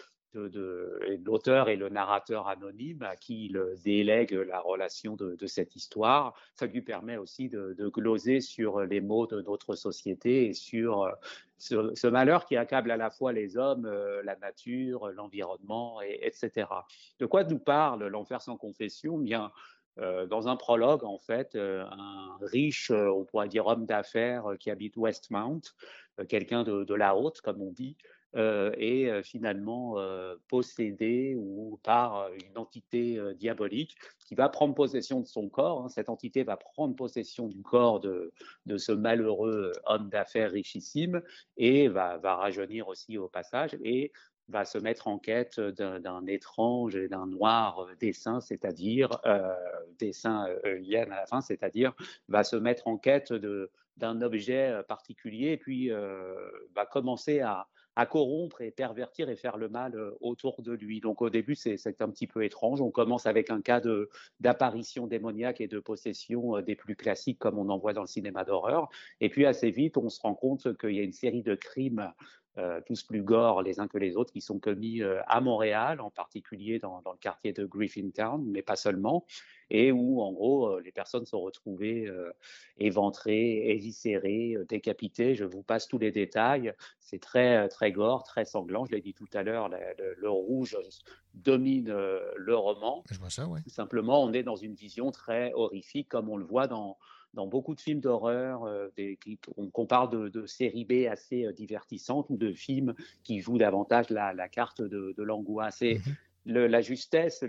l'auteur et le narrateur anonyme à qui il délègue la relation de cette histoire. Ça lui permet aussi de gloser sur les maux de notre société et sur ce malheur qui accable à la fois les hommes, la nature, l'environnement, etc. De quoi nous parle L'Enfer sans confession? Bien, dans un prologue, en fait, un riche, on pourrait dire homme d'affaires qui habite Westmount, quelqu'un de la haute, comme on dit, est finalement possédé ou par une entité diabolique qui va prendre possession de son corps. Cette entité va prendre possession du corps de ce malheureux homme d'affaires richissime et va rajeunir aussi au passage, et va se mettre en quête d'un étrange et d'un noir dessein, c'est-à-dire dessein yen à la fin, c'est-à-dire va se mettre en quête d'un objet particulier, et puis va commencer à corrompre et pervertir et faire le mal autour de lui. Donc au début, c'est un petit peu étrange. On commence avec un cas d'apparition démoniaque et de possession des plus classiques, comme on en voit dans le cinéma d'horreur. Et puis assez vite, on se rend compte qu'il y a une série de crimes tous plus gore les uns que les autres, qui sont commis à Montréal, en particulier dans le quartier de Griffintown, mais pas seulement, et où, en gros, les personnes sont retrouvées éventrées, éviscérées, décapitées. Je vous passe tous les détails. C'est très, très gore, très sanglant. Je l'ai dit tout à l'heure, le rouge domine le roman. Je vois ça, ouais. Simplement, on est dans une vision très horrifique, comme on le voit dans beaucoup de films d'horreur, qu'on parle de séries B assez divertissantes, ou de films qui jouent davantage la carte de l'angoisse. Et la justesse,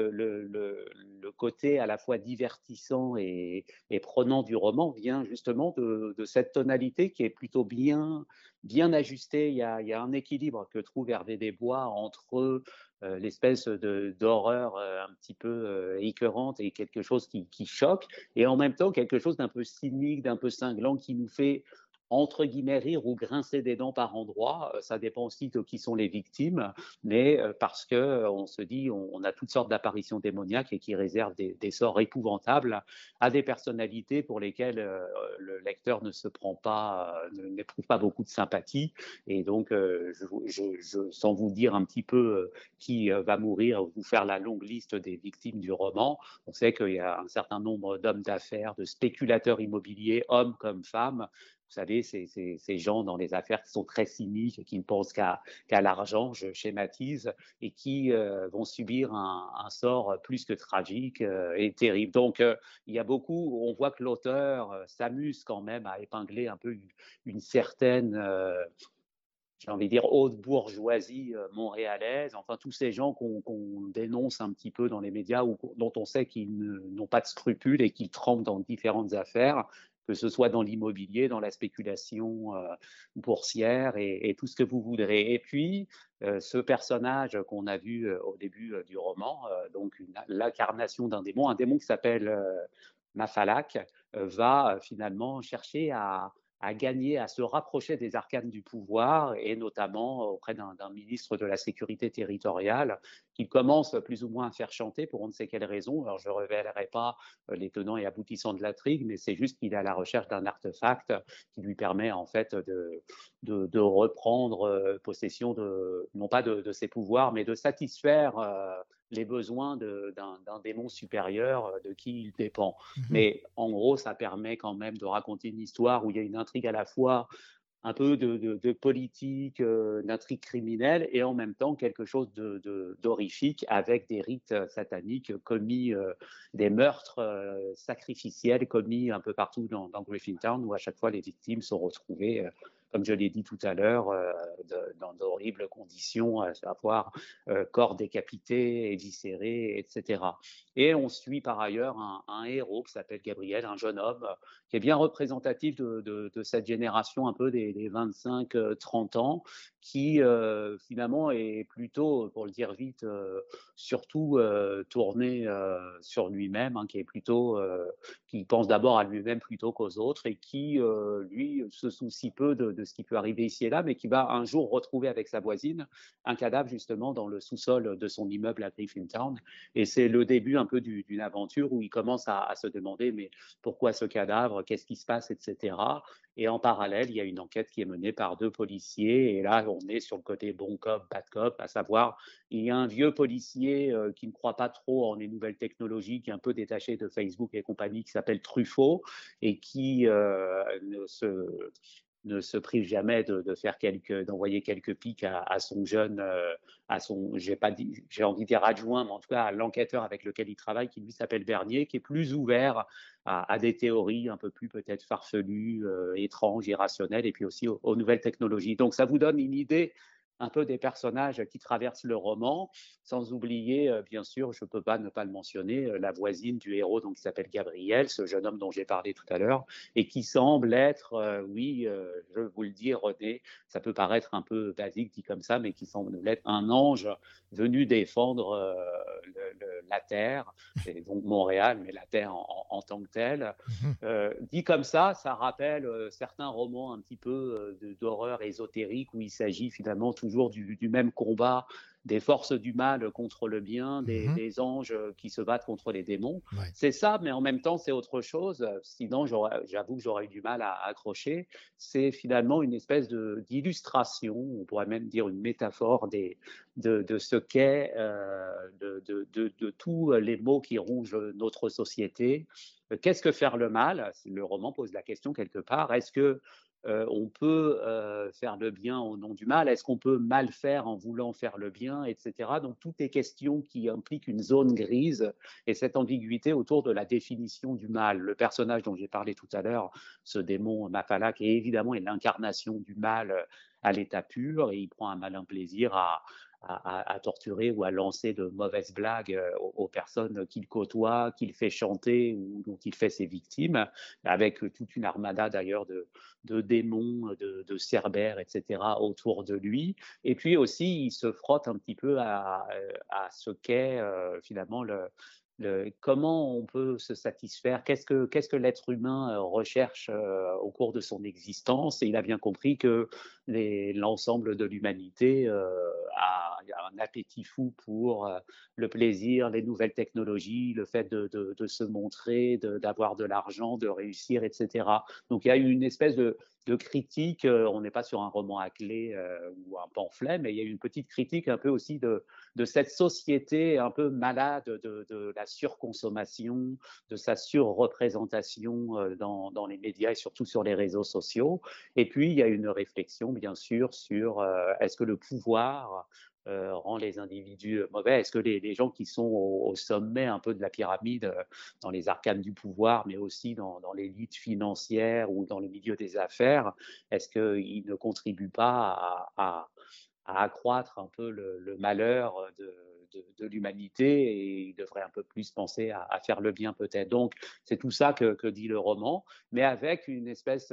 le côté à la fois divertissant et prenant du roman vient justement de cette tonalité qui est plutôt bien ajustée. Il y a un équilibre que trouve Hervé Desbois entre l'espèce d'horreur un petit peu écœurante et quelque chose qui choque, et en même temps quelque chose d'un peu cynique, d'un peu cinglant, qui nous fait entre guillemets rire ou grincer des dents par endroits. Ça dépend aussi de qui sont les victimes, mais parce qu'on se dit on a toutes sortes d'apparitions démoniaques et qui réservent des sorts épouvantables à des personnalités pour lesquelles le lecteur n'éprouve pas beaucoup de sympathie. Et donc, sans vous dire un petit peu qui va mourir, vous faire la longue liste des victimes du roman, on sait qu'il y a un certain nombre d'hommes d'affaires, de spéculateurs immobiliers, hommes comme femmes. Vous savez, ces gens dans les affaires qui sont très cyniques, qui ne pensent qu'à l'argent, je schématise, et qui vont subir un sort plus que tragique et terrible. Donc, il y a beaucoup, on voit que l'auteur s'amuse quand même à épingler un peu une certaine, j'ai envie de dire, haute bourgeoisie montréalaise, enfin tous ces gens qu'on dénonce un petit peu dans les médias, ou dont on sait qu'ils n'ont pas de scrupules et qu'ils trempent dans différentes affaires, que ce soit dans l'immobilier, dans la spéculation boursière et tout ce que vous voudrez. Et puis, ce personnage qu'on a vu au début du roman, donc l'incarnation d'un démon qui s'appelle Mafalak, va finalement chercher à gagner, à se rapprocher des arcanes du pouvoir, et notamment auprès d'un ministre de la Sécurité territoriale, qu'il commence plus ou moins à faire chanter pour on ne sait quelle raison. Alors, je ne révélerai pas les tenants et aboutissants de l'intrigue, mais c'est juste qu'il est à la recherche d'un artefact qui lui permet en fait de reprendre possession non pas de ses pouvoirs, mais de satisfaire les besoins d'un démon supérieur de qui il dépend. Mais en gros, ça permet quand même de raconter une histoire où il y a une intrigue à la fois un peu de politique, d'intrigue criminelle, et en même temps quelque chose d'horrifique avec des rites sataniques commis, des meurtres sacrificiels commis un peu partout dans Griffintown, où à chaque fois les victimes sont retrouvées, comme je l'ai dit tout à l'heure, dans d'horribles conditions, à savoir corps décapités, éviscérés, etc. Et on suit par ailleurs un héros qui s'appelle Gabriel, un jeune homme qui est bien représentatif de cette génération un peu des 25-30 ans, qui finalement est plutôt, pour le dire vite, surtout tourné sur lui-même, hein, qui pense d'abord à lui-même plutôt qu'aux autres, et qui, lui, se soucie peu de ce qui peut arriver ici et là, mais qui va un jour retrouver avec sa voisine un cadavre justement dans le sous-sol de son immeuble à Griffintown. Et c'est le début un peu d'une aventure où il commence à se demander mais pourquoi ce cadavre, qu'est-ce qui se passe, etc. Et en parallèle, il y a une enquête qui est menée par 2 policiers. Et là, on est sur le côté bon cop, bad cop, à savoir, il y a un vieux policier qui ne croit pas trop en les nouvelles technologies, qui est un peu détaché de Facebook et compagnie, qui s'appelle Truffaut, et qui ne se prive jamais d'envoyer quelques piques à son jeune, j'ai envie de dire adjoint, mais en tout cas à l'enquêteur avec lequel il travaille, qui lui s'appelle Bernier, qui est plus ouvert à des théories un peu plus peut-être farfelues, étranges, irrationnelles, et puis aussi aux nouvelles technologies. Donc ça vous donne une idée un peu des personnages qui traversent le roman, sans oublier, bien sûr, je ne peux pas ne pas le mentionner, la voisine du héros, donc, qui s'appelle Gabriel, ce jeune homme dont j'ai parlé tout à l'heure, et qui semble être, je vous le dis, René, ça peut paraître un peu basique dit comme ça, mais qui semble être un ange venu défendre la Terre, et donc Montréal, mais la Terre en tant que telle. Dit comme ça rappelle certains romans un petit peu d'horreur ésotérique, où il s'agit finalement toujours du même combat des forces du mal contre le bien, des anges qui se battent contre les démons. Ouais. C'est ça, mais en même temps, c'est autre chose. Sinon, j'avoue que j'aurais eu du mal à accrocher. C'est finalement une espèce d'illustration, on pourrait même dire une métaphore de ce qu'est, de tous les maux qui rongent notre société. Qu'est-ce que faire le mal? Le roman pose la question quelque part. Est-ce que on peut faire le bien au nom du mal? Est-ce qu'on peut mal faire en voulant faire le bien, etc. Donc, toutes les questions qui impliquent une zone grise et cette ambiguïté autour de la définition du mal. Le personnage dont j'ai parlé tout à l'heure, ce démon Mafalak, est évidemment l'incarnation du mal à l'état pur, et il prend un malin plaisir à torturer ou à lancer de mauvaises blagues aux personnes qu'il côtoie, qu'il fait chanter ou dont il fait ses victimes, avec toute une armada d'ailleurs de démons, de cerbères, etc. autour de lui. Et puis aussi, il se frotte un petit peu à ce qu'est finalement comment on peut se satisfaire, qu'est-ce que l'être humain recherche au cours de son existence. Et il a bien compris que l'ensemble de l'humanité a un appétit fou pour le plaisir, les nouvelles technologies, le fait de se montrer, d'avoir de l'argent, de réussir, etc. Donc il y a eu une espèce de critique, on n'est pas sur un roman à clé ou un pamphlet, mais il y a eu une petite critique un peu aussi de cette société un peu malade de la surconsommation, de sa surreprésentation dans les médias et surtout sur les réseaux sociaux. Et puis, il y a une réflexion, bien sûr, sur est-ce que le pouvoir rend les individus mauvais? Est-ce que les gens qui sont au sommet un peu de la pyramide, dans les arcanes du pouvoir, mais aussi dans l'élite financière ou dans le milieu des affaires, est-ce qu'ils ne contribuent pas à accroître un peu le malheur de l'humanité et il devrait un peu plus penser à faire le bien peut-être. Donc c'est tout ça que dit le roman, mais avec une espèce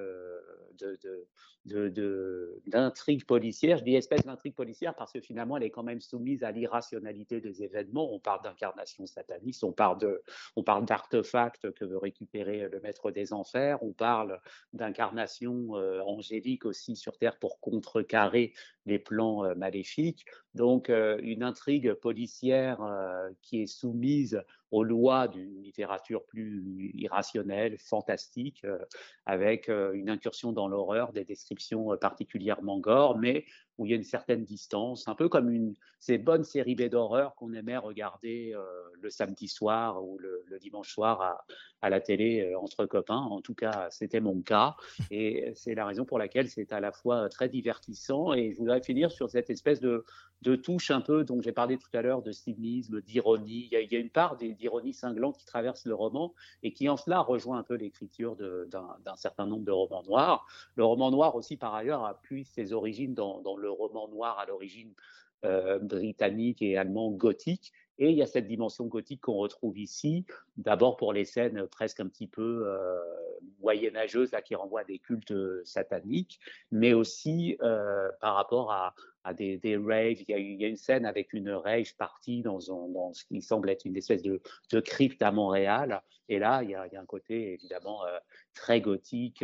d'intrigue policière. Je dis espèce d'intrigue policière parce que finalement elle est quand même soumise à l'irrationalité des événements. On parle d'incarnation sataniste, on parle d'artefacts que veut récupérer le maître des enfers, on parle d'incarnation angélique aussi sur Terre pour contrecarrer les plans maléfiques. Donc une intrigue policière qui est soumise aux lois d'une littérature plus irrationnelle, fantastique, avec une incursion dans l'horreur, des descriptions particulièrement gore, mais où il y a une certaine distance, un peu comme ces bonnes séries B d'horreur qu'on aimait regarder le samedi soir ou le dimanche soir à la télé entre copains. En tout cas, c'était mon cas. Et c'est la raison pour laquelle c'est à la fois très divertissant. Et je voudrais finir sur cette espèce de touche un peu dont j'ai parlé tout à l'heure, de cynisme, d'ironie. Il y a une part d'ironie cinglante qui traverse le roman et qui en cela rejoint un peu l'écriture d'un certain nombre de romans noirs. Le roman noir aussi, par ailleurs, a pu ses origines dans le roman noir à l'origine britannique et allemand gothique. Et il y a cette dimension gothique qu'on retrouve ici, d'abord pour les scènes presque un petit peu moyenâgeuses là, qui renvoient à des cultes sataniques, mais aussi par rapport à des raves. Il y a une scène avec une rave partie dans ce qui semble être une espèce de crypte à Montréal. Et là, il y a un côté évidemment très gothique.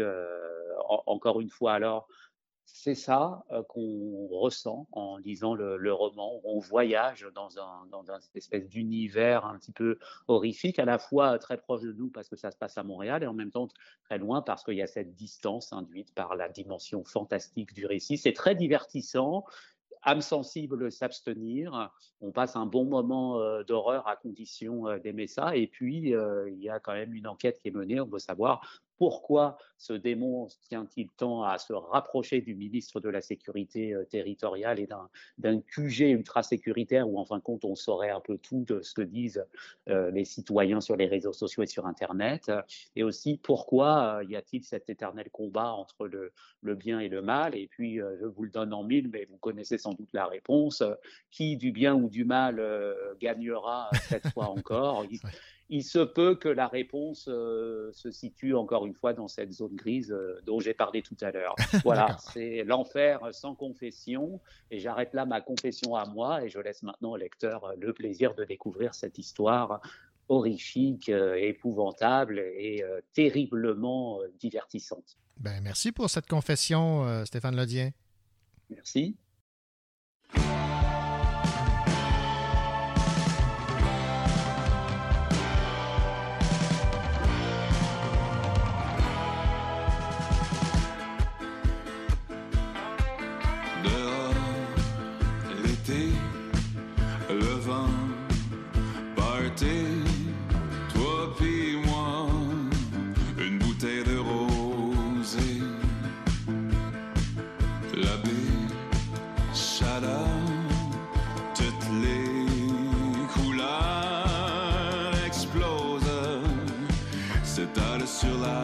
Encore une fois, alors, c'est ça qu'on ressent en lisant le roman. On voyage dans une espèce d'univers un petit peu horrifique, à la fois très proche de nous parce que ça se passe à Montréal et en même temps très loin parce qu'il y a cette distance induite par la dimension fantastique du récit. C'est très divertissant. Âme sensible, s'abstenir. On passe un bon moment d'horreur à condition d'aimer ça. Et puis, il y a quand même une enquête qui est menée. On veut savoir pourquoi ce démon tient-il tant à se rapprocher du ministre de la Sécurité territoriale et d'un QG ultra-sécuritaire où, en fin de compte, on saurait un peu tout de ce que disent les citoyens sur les réseaux sociaux et sur Internet. Et aussi, pourquoi y a-t-il cet éternel combat entre le bien et le mal? Et puis, je vous le donne en mille, mais vous connaissez sans doute la réponse. Qui, du bien ou du mal, gagnera cette fois encore? Il se peut que la réponse se situe encore une fois dans cette zone grise dont j'ai parlé tout à l'heure. Voilà, c'est l'enfer sans confession. Et j'arrête là ma confession à moi et je laisse maintenant au lecteur le plaisir de découvrir cette histoire horrifique, épouvantable et terriblement divertissante. Ben, merci pour cette confession, Stéphane Lodien. Merci. Le vent, party, toi puis moi, une bouteille de rosée, la baie, chaleur, toutes les couleurs explosent, s'étalent sur la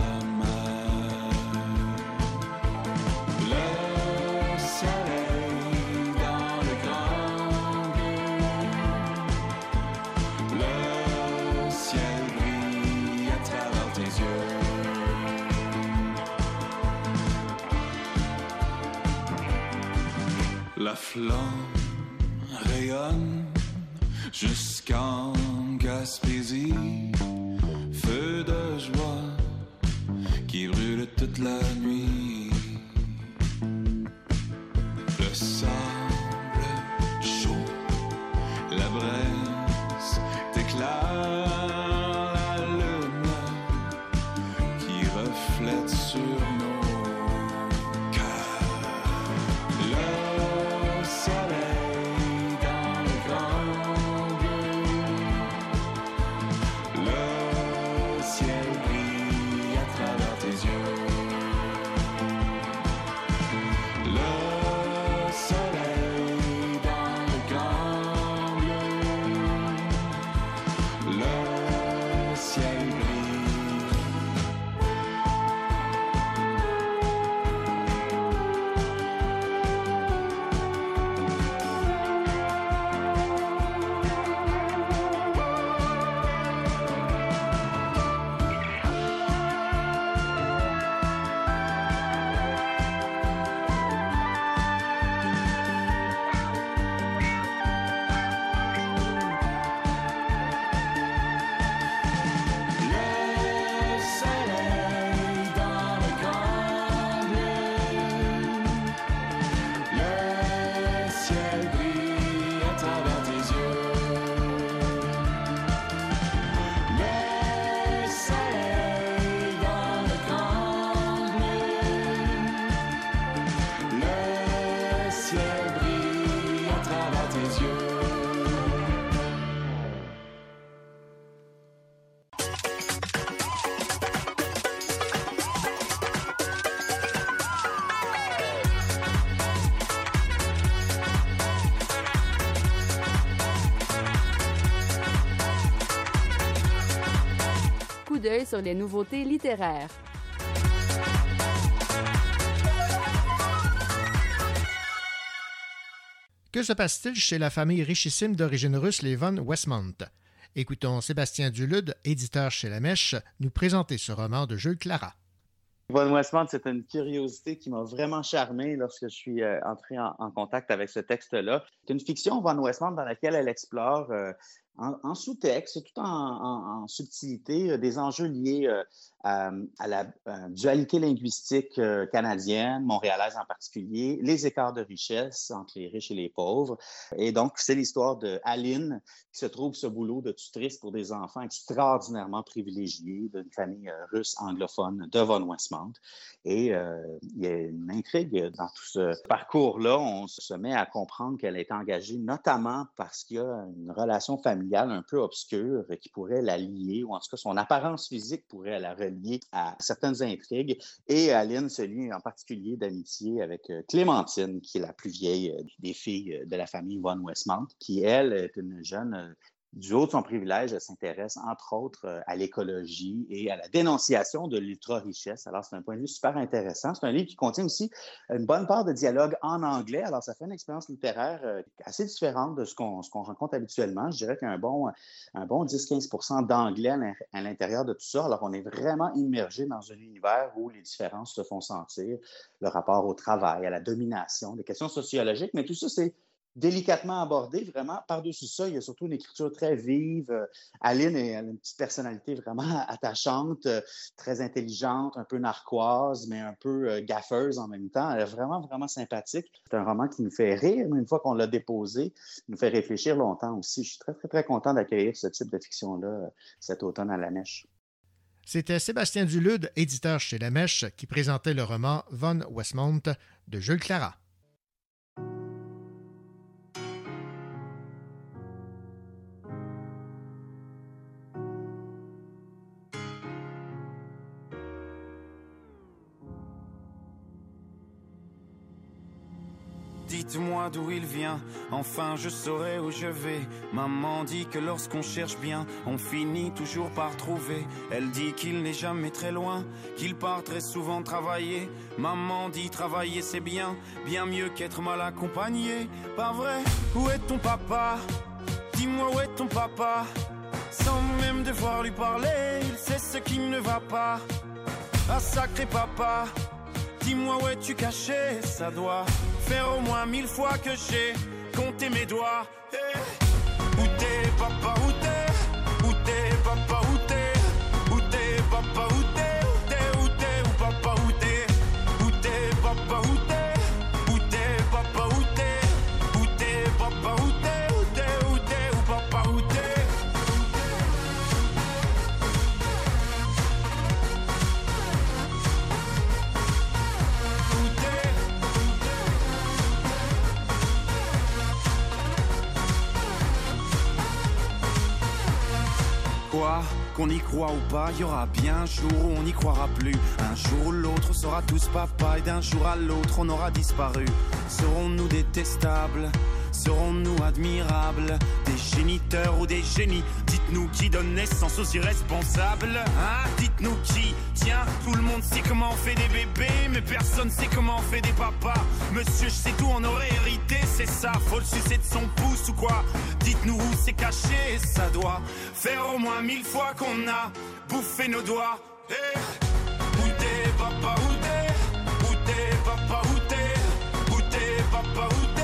la flamme rayonne jusqu'en Gaspésie, feu de joie qui brûle toute la nuit. Le sable chaud, la braise t'éclaire, la lune qui reflète sur nos coup d'œil sur les nouveautés littéraires. Que se passe-t-il chez la famille richissime d'origine russe, les von Westmont? Écoutons Sébastien Dulude, éditeur chez La Mèche, nous présenter ce roman de Jules Clara. Von Westmont, c'est une curiosité qui m'a vraiment charmé lorsque je suis entré en contact avec ce texte-là. C'est une fiction, Von Westmont, dans laquelle elle explore en sous-texte, tout en subtilité, des enjeux liés à la dualité linguistique canadienne, montréalaise en particulier, les écarts de richesse entre les riches et les pauvres. Et donc, c'est l'histoire de Aline qui se trouve ce boulot de tutrice pour des enfants extraordinairement privilégiés d'une famille russe anglophone de Von Westmont. Et il y a une intrigue dans tout ce parcours-là. On se met à comprendre qu'elle est engagée notamment parce qu'il y a une relation familiale un peu obscure qui pourrait la lier, ou en tout cas son apparence physique pourrait la relier à certaines intrigues. Et Aline se lie en particulier d'amitié avec Clémentine, qui est la plus vieille des filles de la famille Von Westmont, qui, elle, est une jeune... Du haut de son privilège, elle s'intéresse entre autres à l'écologie et à la dénonciation de l'ultra-richesse. Alors, c'est un point de vue super intéressant. C'est un livre qui contient aussi une bonne part de dialogue en anglais. Alors, ça fait une expérience littéraire assez différente de ce qu'on rencontre habituellement. Je dirais qu'il y a un bon 10-15% d'anglais à l'intérieur de tout ça. Alors, on est vraiment immergé dans un univers où les différences se font sentir, le rapport au travail, à la domination, des questions sociologiques, mais tout ça, c'est délicatement abordé, vraiment. Par-dessus ça, il y a surtout une écriture très vive. Aline, elle a une petite personnalité vraiment attachante, très intelligente, un peu narquoise, mais un peu gaffeuse en même temps. Elle est vraiment, vraiment sympathique. C'est un roman qui nous fait rire, mais une fois qu'on l'a déposé, il nous fait réfléchir longtemps aussi. Je suis très, très, très content d'accueillir ce type de fiction-là cet automne à La Mèche. C'était Sébastien Dulude, éditeur chez La Mèche, qui présentait le roman Von Westmont de Jules Clara. Dites-moi d'où il vient, enfin je saurai où je vais. Maman dit que lorsqu'on cherche bien, on finit toujours par trouver. Elle dit qu'il n'est jamais très loin, qu'il part très souvent travailler. Maman dit travailler c'est bien, bien mieux qu'être mal accompagné. Pas vrai? Où est ton papa? Dis-moi où est ton papa? Sans même devoir lui parler, il sait ce qui ne va pas. Ah sacré papa, dis-moi où es-tu caché? Ça doit faire au moins 1000 fois que j'ai compté mes doigts. Hey. Où t'es papa, où t'es? Où t'es papa, où t'es? Où t'es papa, où t'es? Où t'es, où t'es, où papa, où t'es? Où t'es papa, où t'es? Où t'es papa, où t'es? Où t'es papa, où t'es? Où t'es, où t'es, où papa, où t'es? Quoi? Qu'on y croit ou pas, il y aura bien un jour où on n'y croira plus. Un jour ou l'autre, on sera tous papa et d'un jour à l'autre, on aura disparu. Serons-nous détestables? Serons-nous admirables? Des géniteurs ou des génies? Dites-nous qui donne naissance aux irresponsables, hein? Dites-nous qui? Tiens, tout le monde sait comment on fait des bébés, mais personne sait comment on fait des papas. Monsieur, je sais tout, on aurait hérité, c'est ça. Faut le sucer de son pouce ou quoi? Dites-nous où c'est caché, ça doit faire au moins 1000 fois qu'on a bouffé nos doigts. Hey. Où t'es papa, où t'es? Où t'es papa, où t'es? Où t'es papa, où t'es?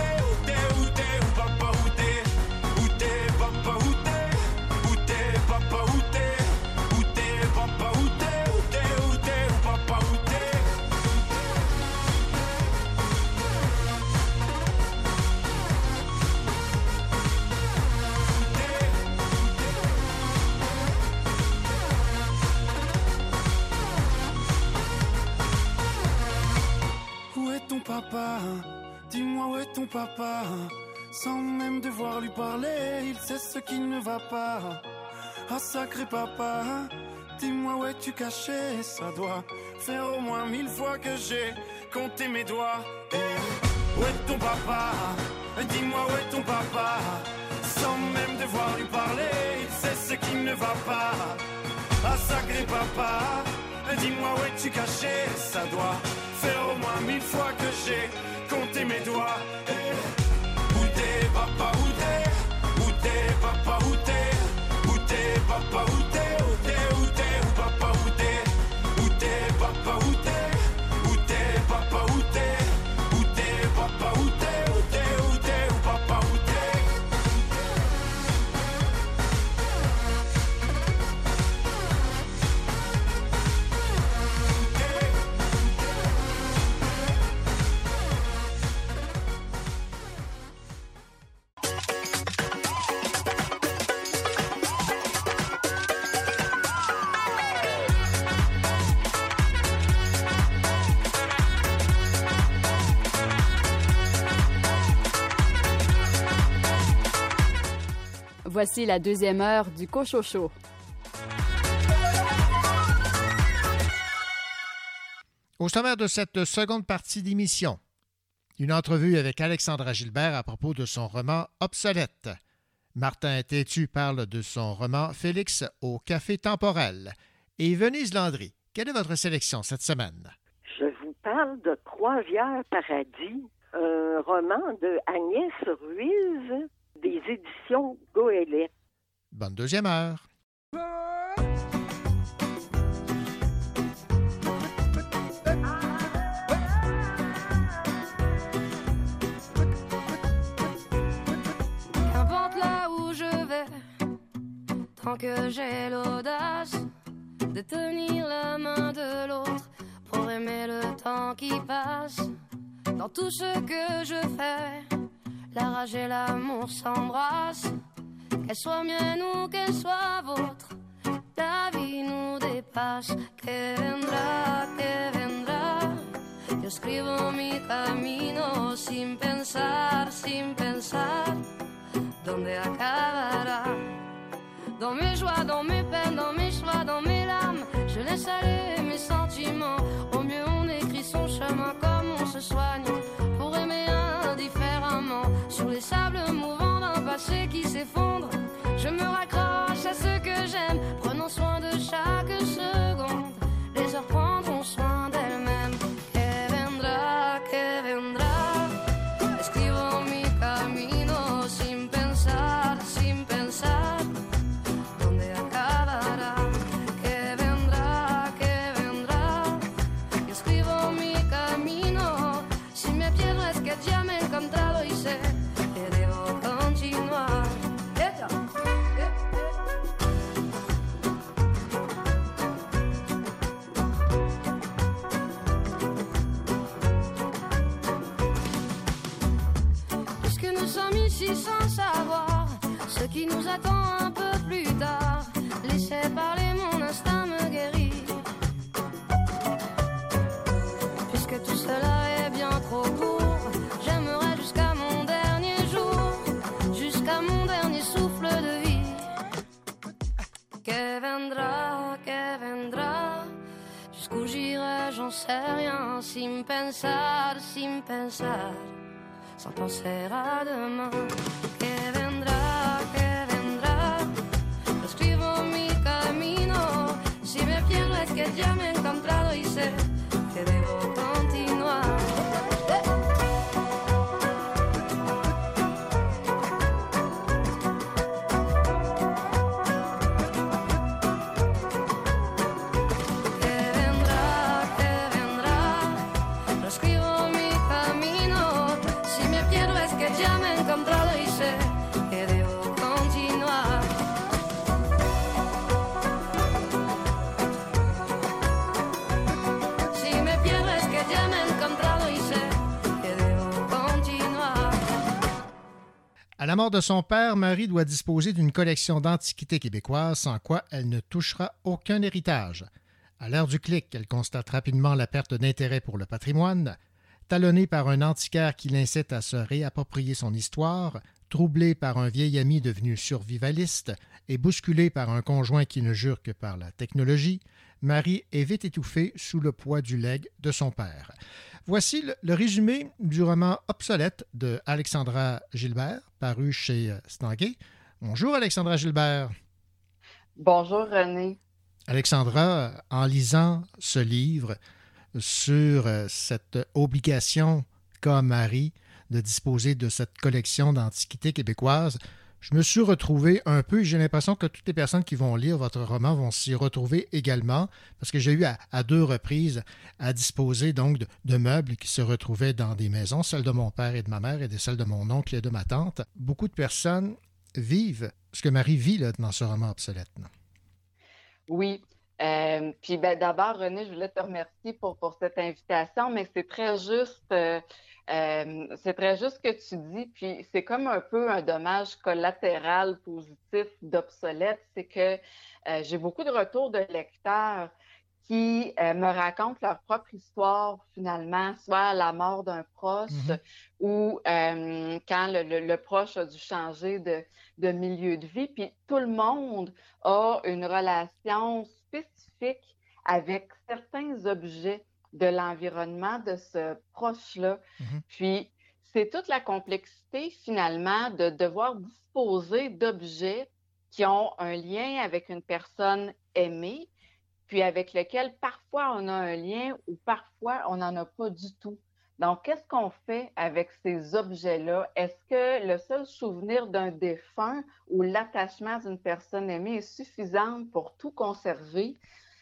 Papa, dis-moi où est ton papa? Sans même devoir lui parler, il sait ce qui ne va pas. Ah sacré papa, dis-moi où es-tu caché? Ça doit faire au moins 1000 fois que j'ai compté mes doigts. Où est ton papa? Dis-moi où est ton papa? Sans même devoir lui parler, il sait ce qui ne va pas. Ah sacré sacré papa, dis-moi où es-tu caché? Ça doit faire au moins 1000 fois que j'ai compté mes doigts. Où t'es, papa, où t'es? Où t'es, papa, où t'es? Où t'es, papa, où t'es? Où t'es, où t'es, où papa, où t'es? Où t'es, papa, où t'es? Où t'es, papa, où t'es? Où t'es, papa, où t'es? Où t'es, où t'es, où papa, où t'es? Voici la deuxième heure du Cochocho. Au sommaire de cette seconde partie d'émission, une entrevue avec Alexandra Gilbert à propos de son roman Obsolète. Martin Tétu parle de son roman Félix au Café Temporel. Et Venise Landry, quelle est votre sélection cette semaine? Je vous parle de Croisière Paradis, un roman de Agnès Ruiz, des éditions Goélette. Bonne deuxième heure. Qu'importe là où je vais, tant que j'ai l'audace de tenir la main de l'autre pour aimer le temps qui passe. Dans tout ce que je fais, la rage et l'amour s'embrassent. Qu'elle soit mienne ou qu'elle soit vôtre, la vie nous dépasse. Que vendrá, yo escribo mi camino sin pensar, donde acabará. Dans mes joies, dans mes peines, dans mes choix, dans mes larmes, je laisse aller mes sentiments. Au mieux on écrit son chemin comme on se soigne, pour aimer indifféremment. Sur les sables mouvants d'un passé qui s'effondre, je me raccroche à ce que j'aime, prenant soin de chaque seconde. Les heures prendront soin d'elles-mêmes. Que vendrá, escribo mi camino sin pensar, donde acabará. Que vendrá, yo escribo mi camino. Si me pierdo es que ya me he encontrado y sé que debo continuar. Puisque nous sommes ici sans savoir ce qui nous attend un peu plus tard, laissez parler, mon instinct me guérit. Puisque tout cela est bien trop court, j'aimerais jusqu'à mon dernier jour, jusqu'à mon dernier souffle de vie. Que vendrá, jusqu'où j'irai, j'en sais rien, sin pensar, sans penser à demain. Que vendrá, yo escribo mi camino. Si me pierdo es que ya me he encontrado y sé que debo continuar. À la mort de son père, Marie doit disposer d'une collection d'antiquités québécoises sans quoi elle ne touchera aucun héritage. À l'heure du clic, elle constate rapidement la perte d'intérêt pour le patrimoine. Talonnée par un antiquaire qui l'incite à se réapproprier son histoire, troublée par un vieil ami devenu survivaliste et bousculée par un conjoint qui ne jure que par la technologie, Marie est vite étouffée sous le poids du legs de son père. Voici le résumé du roman Obsolète de Alexandra Gilbert, paru chez Stanguay. Bonjour Alexandra Gilbert. Bonjour René. Alexandra, en lisant ce livre sur cette obligation qu'a Marie de disposer de cette collection d'antiquités québécoises, je me suis retrouvé un peu, et j'ai l'impression que toutes les personnes qui vont lire votre roman vont s'y retrouver également, parce que j'ai eu à 2 reprises à disposer donc de meubles qui se retrouvaient dans des maisons, celles de mon père et de ma mère et celles de mon oncle et de ma tante. Beaucoup de personnes vivent ce que Marie vit là, dans ce roman obsolète. Non? Oui. Puis d'abord, René, je voulais te remercier pour cette invitation, mais c'est très juste ce que tu dis, puis c'est comme un peu un dommage collatéral positif d'obsolète, c'est que j'ai beaucoup de retours de lecteurs qui me racontent leur propre histoire finalement, soit la mort d'un proche ou quand le proche a dû changer de milieu de vie. Puis tout le monde a une relation spécifique avec certains objets de l'environnement de ce proche-là. Puis c'est toute la complexité finalement de devoir disposer d'objets qui ont un lien avec une personne aimée, puis avec lequel parfois on a un lien ou parfois on n'en a pas du tout. Donc, qu'est-ce qu'on fait avec ces objets-là? Est-ce que le seul souvenir d'un défunt ou l'attachement d'une personne aimée est suffisant pour tout conserver?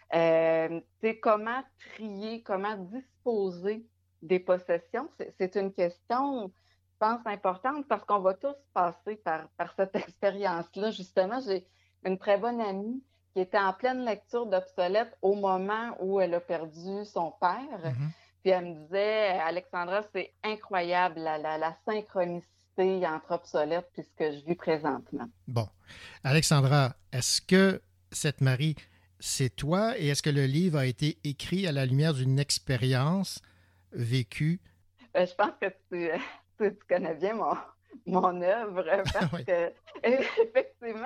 C'est comment trier, comment disposer des possessions? C'est une question, je pense, importante parce qu'on va tous passer par cette expérience-là. Justement, j'ai une très bonne amie qui était en pleine lecture d'Obsolète au moment où elle a perdu son père. Puis elle me disait, Alexandra, c'est incroyable la synchronicité entre Obsolète et ce que je vis présentement. Bon. Alexandra, est-ce que cette Marie, c'est toi et est-ce que le livre a été écrit à la lumière d'une expérience vécue? Je pense que tu connais bien mon œuvre parce que effectivement,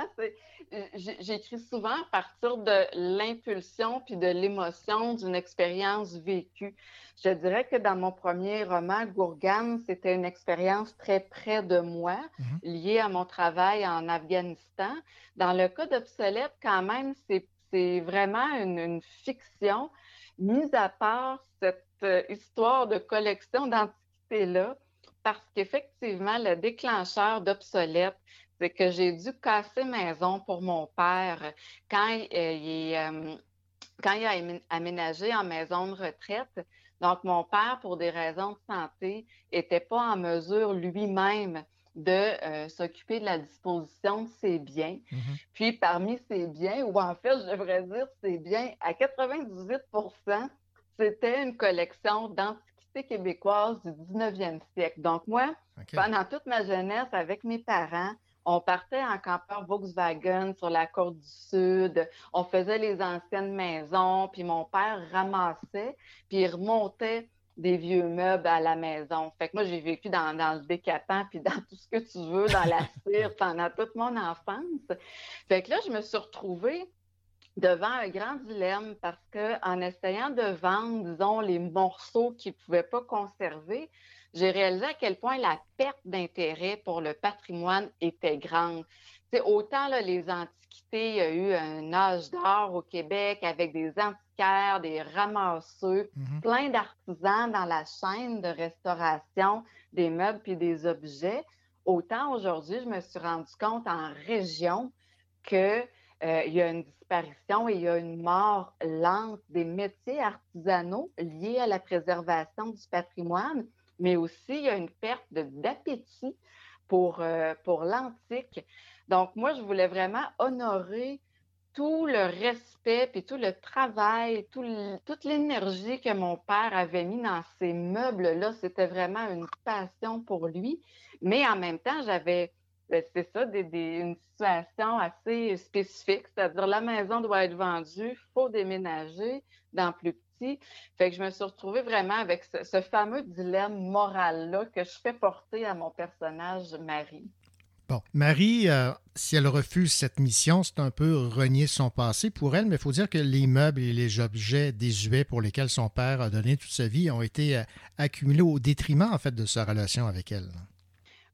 j'écris souvent à partir de l'impulsion puis de l'émotion d'une expérience vécue. Je dirais que dans mon premier roman, Gourgane, c'était une expérience très près de moi, liée à mon travail en Afghanistan. Dans le cas d'Obsolète, quand même, c'est vraiment une fiction, mise à part cette histoire de collection d'antiquités-là, parce qu'effectivement, le déclencheur d'Obsolète, c'est que j'ai dû casser maison pour mon père quand il a aménagé en maison de retraite. Donc, mon père, pour des raisons de santé, n'était pas en mesure lui-même de s'occuper de la disposition de ses biens. Puis, parmi ses biens, ou en fait, je devrais dire ses biens, à 98%, c'était une collection d'antiquités québécoises du 19e siècle. Donc, moi, pendant toute ma jeunesse, avec mes parents, on partait en campeur Volkswagen sur la côte du Sud. On faisait les anciennes maisons, puis mon père ramassait, puis il remontait des vieux meubles à la maison. Fait que moi, j'ai vécu dans le décapant, puis dans tout ce que tu veux, dans la cire, pendant toute mon enfance. Fait que là, je me suis retrouvée devant un grand dilemme parce qu'en essayant de vendre, disons, les morceaux qu'ils ne pouvaient pas conserver, j'ai réalisé à quel point la perte d'intérêt pour le patrimoine était grande. T'sais, autant là, les antiquités, il y a eu un âge d'or au Québec avec des antiquaires, des ramasseux, plein d'artisans dans la chaîne de restauration des meubles puis des objets. Autant aujourd'hui, je me suis rendu compte en région que il y a une disparition et il y a une mort lente des métiers artisanaux liés à la préservation du patrimoine, mais aussi il y a une perte d'appétit pour l'antique. Donc, moi, je voulais vraiment honorer tout le respect puis tout le travail, toute l'énergie que mon père avait mis dans ces meubles-là. C'était vraiment une passion pour lui. Mais en même temps, j'avais... C'est ça, une situation assez spécifique, c'est-à-dire la maison doit être vendue, il faut déménager dans plus petit. Fait que je me suis retrouvée vraiment avec ce fameux dilemme moral-là que je fais porter à mon personnage Marie. Bon, Marie, si elle refuse cette mission, c'est un peu renier son passé pour elle, mais il faut dire que les meubles et les objets désuets pour lesquels son père a donné toute sa vie ont été accumulés au détriment, en fait, de sa relation avec elle.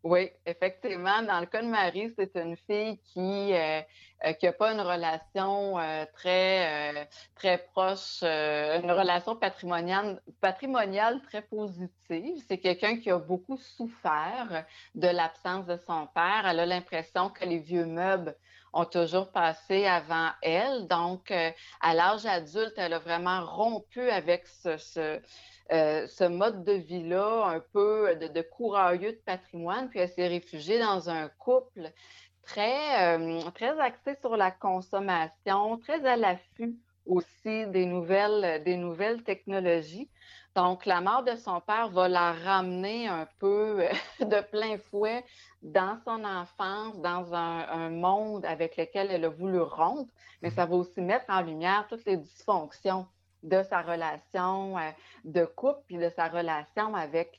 Oui, effectivement. Dans le cas de Marie, c'est une fille qui a pas une relation très proche, une relation patrimoniale très positive. C'est quelqu'un qui a beaucoup souffert de l'absence de son père. Elle a l'impression que les vieux meubles ont toujours passé avant elle. Donc, à l'âge adulte, elle a vraiment rompu avec ce mode de vie-là, un peu de courageux de patrimoine, puis elle s'est réfugiée dans un couple très axé sur la consommation, très à l'affût aussi des nouvelles technologies. Donc, la mort de son père va la ramener un peu de plein fouet dans son enfance, dans un monde avec lequel elle a voulu rompre, mais ça va aussi mettre en lumière toutes les dysfonctions de sa relation de couple, puis de sa relation avec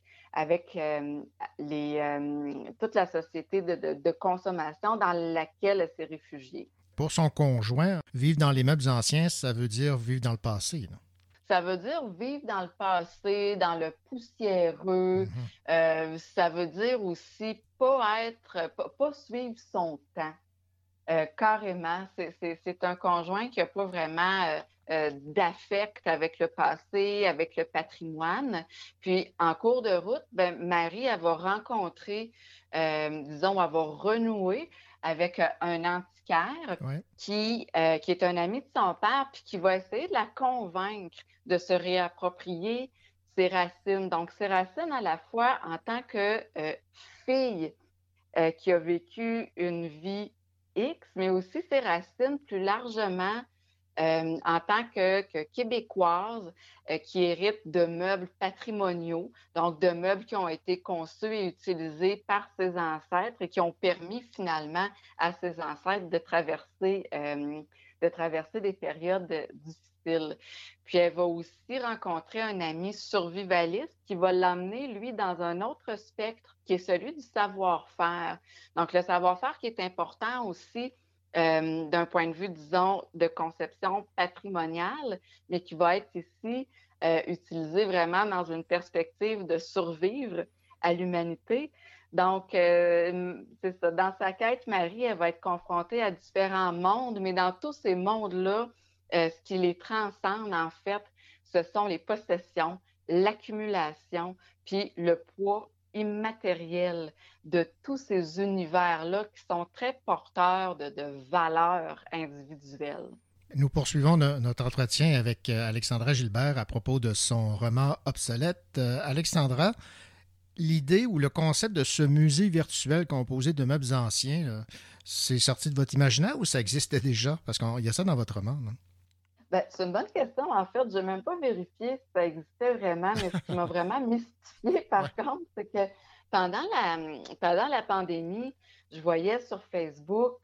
toute la société de consommation dans laquelle elle s'est réfugiée. Pour son conjoint, vivre dans les meubles anciens, ça veut dire vivre dans le passé, là. Ça veut dire vivre dans le passé, dans le poussiéreux. Ça veut dire aussi pas suivre son temps. Carrément, c'est un conjoint qui n'a pas vraiment d'affect avec le passé, avec le patrimoine. Puis, en cours de route, Marie, elle va rencontrer, elle va renouer avec un antiquaire qui est un ami de son père, puis qui va essayer de la convaincre de se réapproprier ses racines. Donc, ses racines à la fois en tant que fille qui a vécu une vie X, mais aussi ses racines plus largement en tant que québécoise qui hérite de meubles patrimoniaux, donc de meubles qui ont été conçus et utilisés par ses ancêtres et qui ont permis finalement à ses ancêtres de traverser des périodes difficiles. Puis elle va aussi rencontrer un ami survivaliste qui va l'emmener, lui, dans un autre spectre qui est celui du savoir-faire. Donc le savoir-faire qui est important aussi d'un point de vue, disons, de conception patrimoniale, mais qui va être ici utilisé vraiment dans une perspective de survivre à l'humanité. Donc, c'est ça. Dans sa quête, Marie, elle va être confrontée à différents mondes, mais dans tous ces mondes-là, ce qui les transcende, en fait, ce sont les possessions, l'accumulation, puis le poids immatériel de tous ces univers-là qui sont très porteurs de valeurs individuelles. Nous poursuivons notre entretien avec Alexandra Gilbert à propos de son roman Obsolète. Alexandra, l'idée ou le concept de ce musée virtuel composé de meubles anciens, là, c'est sorti de votre imaginaire ou ça existait déjà? Parce qu'il y a ça dans votre roman, non? C'est une bonne question. En fait, je n'ai même pas vérifié si ça existait vraiment, mais ce qui m'a vraiment mystifiée, par contre, c'est que pendant la pandémie, je voyais sur Facebook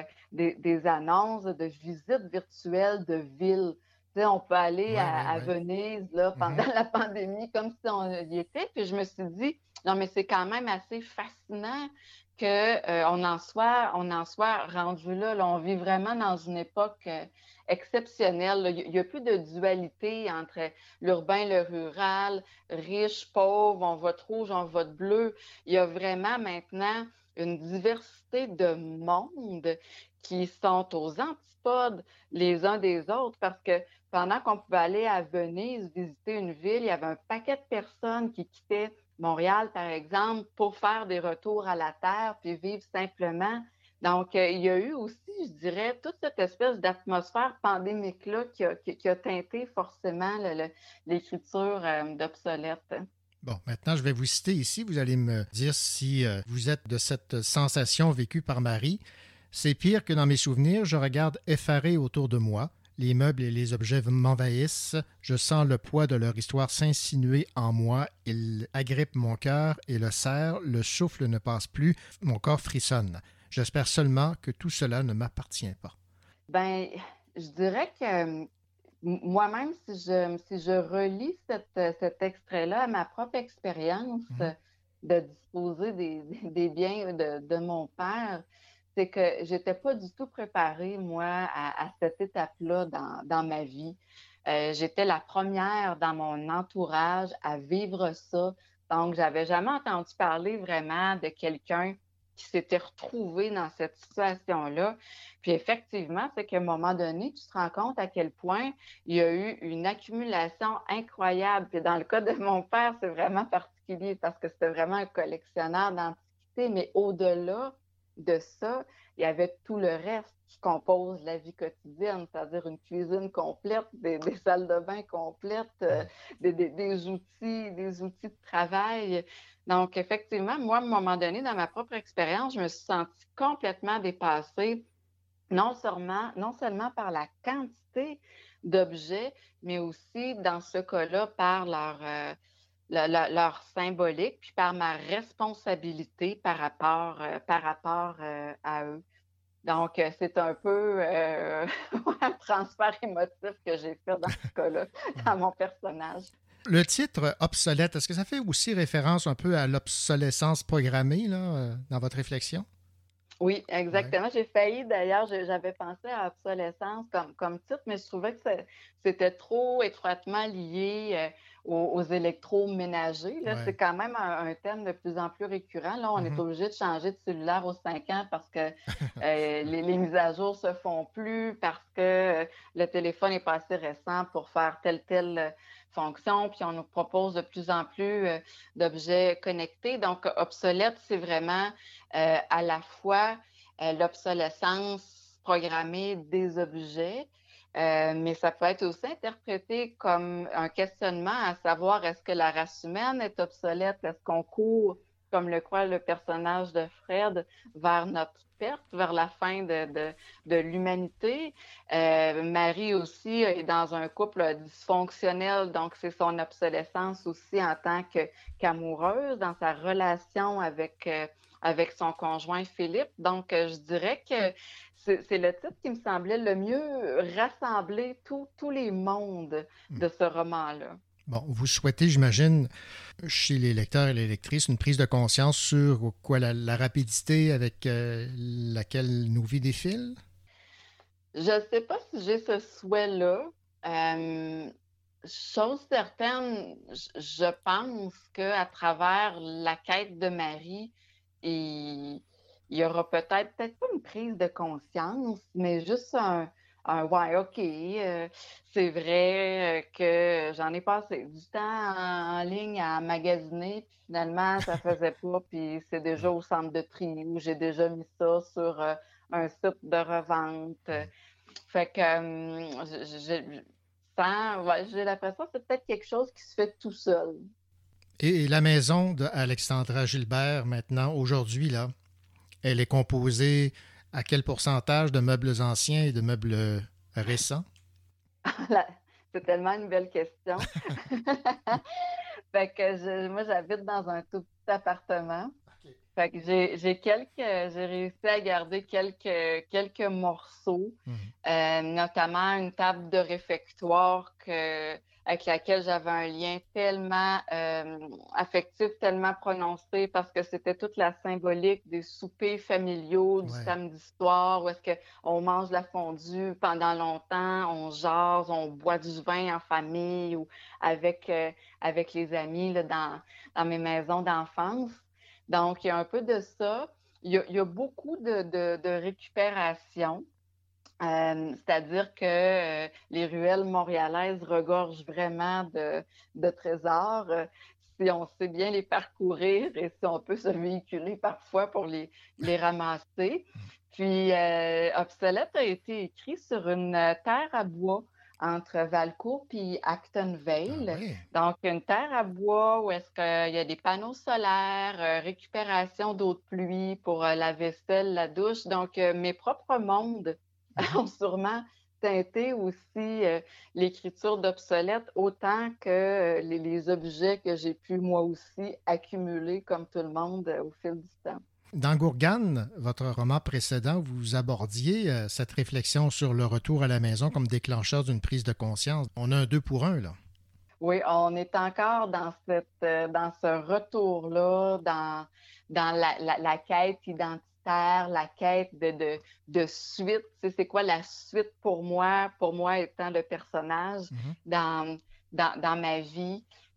des annonces de visites virtuelles de villes. Tu sais, on peut aller à Venise là, pendant la pandémie comme si on y était. Puis je me suis dit, non, mais c'est quand même assez fascinant qu'on en soit rendu là. On vit vraiment dans une époque exceptionnelle. Là. Il n'y a plus de dualité entre l'urbain et le rural, riche, pauvre, on vote rouge, on vote bleu. Il y a vraiment maintenant une diversité de mondes qui sont aux antipodes les uns des autres parce que pendant qu'on pouvait aller à Venise visiter une ville, il y avait un paquet de personnes qui quittaient Montréal, par exemple, pour faire des retours à la terre puis vivre simplement. Donc, il y a eu aussi, je dirais, toute cette espèce d'atmosphère pandémique-là qui a teinté forcément l'écriture d'Obsolète. Bon, maintenant, je vais vous citer ici. Vous allez me dire si vous êtes de cette sensation vécue par Marie. C'est pire que dans mes souvenirs. Je regarde effaré autour de moi. Les meubles et les objets m'envahissent. Je sens le poids de leur histoire s'insinuer en moi. Ils agrippent mon cœur et le serrent. Le souffle ne passe plus. Mon corps frissonne. J'espère seulement que tout cela ne m'appartient pas. Bien, je dirais que moi-même, si je relis cet extrait-là à ma propre expérience de disposer des biens de mon père, c'est que j'étais pas du tout préparée, moi, à cette étape-là dans ma vie. J'étais la première dans mon entourage à vivre ça Donc, j'avais jamais entendu parler vraiment de quelqu'un qui s'était retrouvé dans cette situation-là. Puis effectivement, c'est qu'à un moment donné, tu te rends compte à quel point il y a eu une accumulation incroyable. Puis dans le cas de mon père, c'est vraiment particulier parce que c'était vraiment un collectionneur d'antiquités, mais au-delà de ça, il y avait tout le reste qui compose la vie quotidienne, c'est-à-dire une cuisine complète, des salles de bain complètes, des outils de travail. Donc, effectivement, moi, à un moment donné, dans ma propre expérience, je me suis sentie complètement dépassée, non seulement par la quantité d'objets, mais aussi, dans ce cas-là, par leur symbolique, puis par ma responsabilité par rapport à eux. Donc, c'est un peu un transfert émotif que j'ai fait dans ce cas-là, dans mon personnage. Le titre obsolète, est-ce que ça fait aussi référence un peu à l'obsolescence programmée là, dans votre réflexion? Oui, exactement. Ouais. J'ai failli, d'ailleurs, j'avais pensé à obsolescence comme titre, mais je trouvais que c'était trop étroitement lié aux électroménagers. Là. Ouais. C'est quand même un thème de plus en plus récurrent. Là, on est obligé de changer de cellulaire aux 5 ans parce que les mises à jour se font plus, parce que le téléphone est pas assez récent pour faire telle fonction, puis on nous propose de plus en plus d'objets connectés. Donc, obsolète, c'est vraiment à la fois l'obsolescence programmée des objets, mais ça peut être aussi interprété comme un questionnement à savoir, est-ce que la race humaine est obsolète? Est-ce qu'on court, comme le croit le personnage de Fred, vers notre perte, vers la fin de l'humanité? Marie aussi est dans un couple dysfonctionnel, donc c'est son obsolescence aussi en tant qu'amoureuse, dans sa relation avec son conjoint Philippe. Donc, je dirais que c'est le titre qui me semblait le mieux rassembler tous les mondes de ce roman-là. Bon, vous souhaitez, j'imagine, chez les lecteurs et les lectrices, une prise de conscience sur quoi la rapidité avec laquelle nos vies défilent? Je ne sais pas si j'ai ce souhait-là. Chose certaine, je pense qu'à travers la quête de Marie, il y aura peut-être pas une prise de conscience, mais juste un ouais, OK, c'est vrai que j'en ai passé du temps en ligne à magasiner, puis finalement, ça faisait pas, puis c'est déjà au centre de tri où j'ai déjà mis ça sur un site de revente. Fait que j'ai l'impression que c'est peut-être quelque chose qui se fait tout seul. Et la maison d'Alexandra Gilbert, maintenant, aujourd'hui, là, elle est composée à quel pourcentage de meubles anciens et de meubles récents? C'est tellement une belle question. Fait que moi, j'habite dans un tout petit appartement. Okay. Fait que j'ai réussi à garder quelques morceaux, notamment une table de réfectoire avec laquelle j'avais un lien tellement affectif, tellement prononcé, parce que c'était toute la symbolique des soupers familiaux du samedi soir, où est-ce qu'on mange la fondue pendant longtemps, on jase, on boit du vin en famille ou avec les amis là, dans mes maisons d'enfance. Donc, il y a un peu de ça. Il y a beaucoup de récupération. C'est-à-dire que les ruelles montréalaises regorgent vraiment de trésors si on sait bien les parcourir et si on peut se véhiculer parfois pour les ramasser. Puis, Obsolète a été écrit sur une terre à bois entre Valcourt puis Acton Vale. Ah oui. Donc, une terre à bois où est-ce qu'il y a des panneaux solaires, récupération d'eau de pluie pour la vaisselle, la douche. Donc, mes propres mondes ont sûrement teinté aussi l'écriture d'Obsolète autant que les objets que j'ai pu moi aussi accumuler comme tout le monde au fil du temps. Dans Gourgane, votre roman précédent, vous abordiez cette réflexion sur le retour à la maison comme déclencheur d'une prise de conscience. On a un 2 pour 1, là. Oui, on est encore dans ce retour-là, dans la quête identitaire, la quête de suite. C'est quoi la suite pour moi étant le personnage dans ma vie.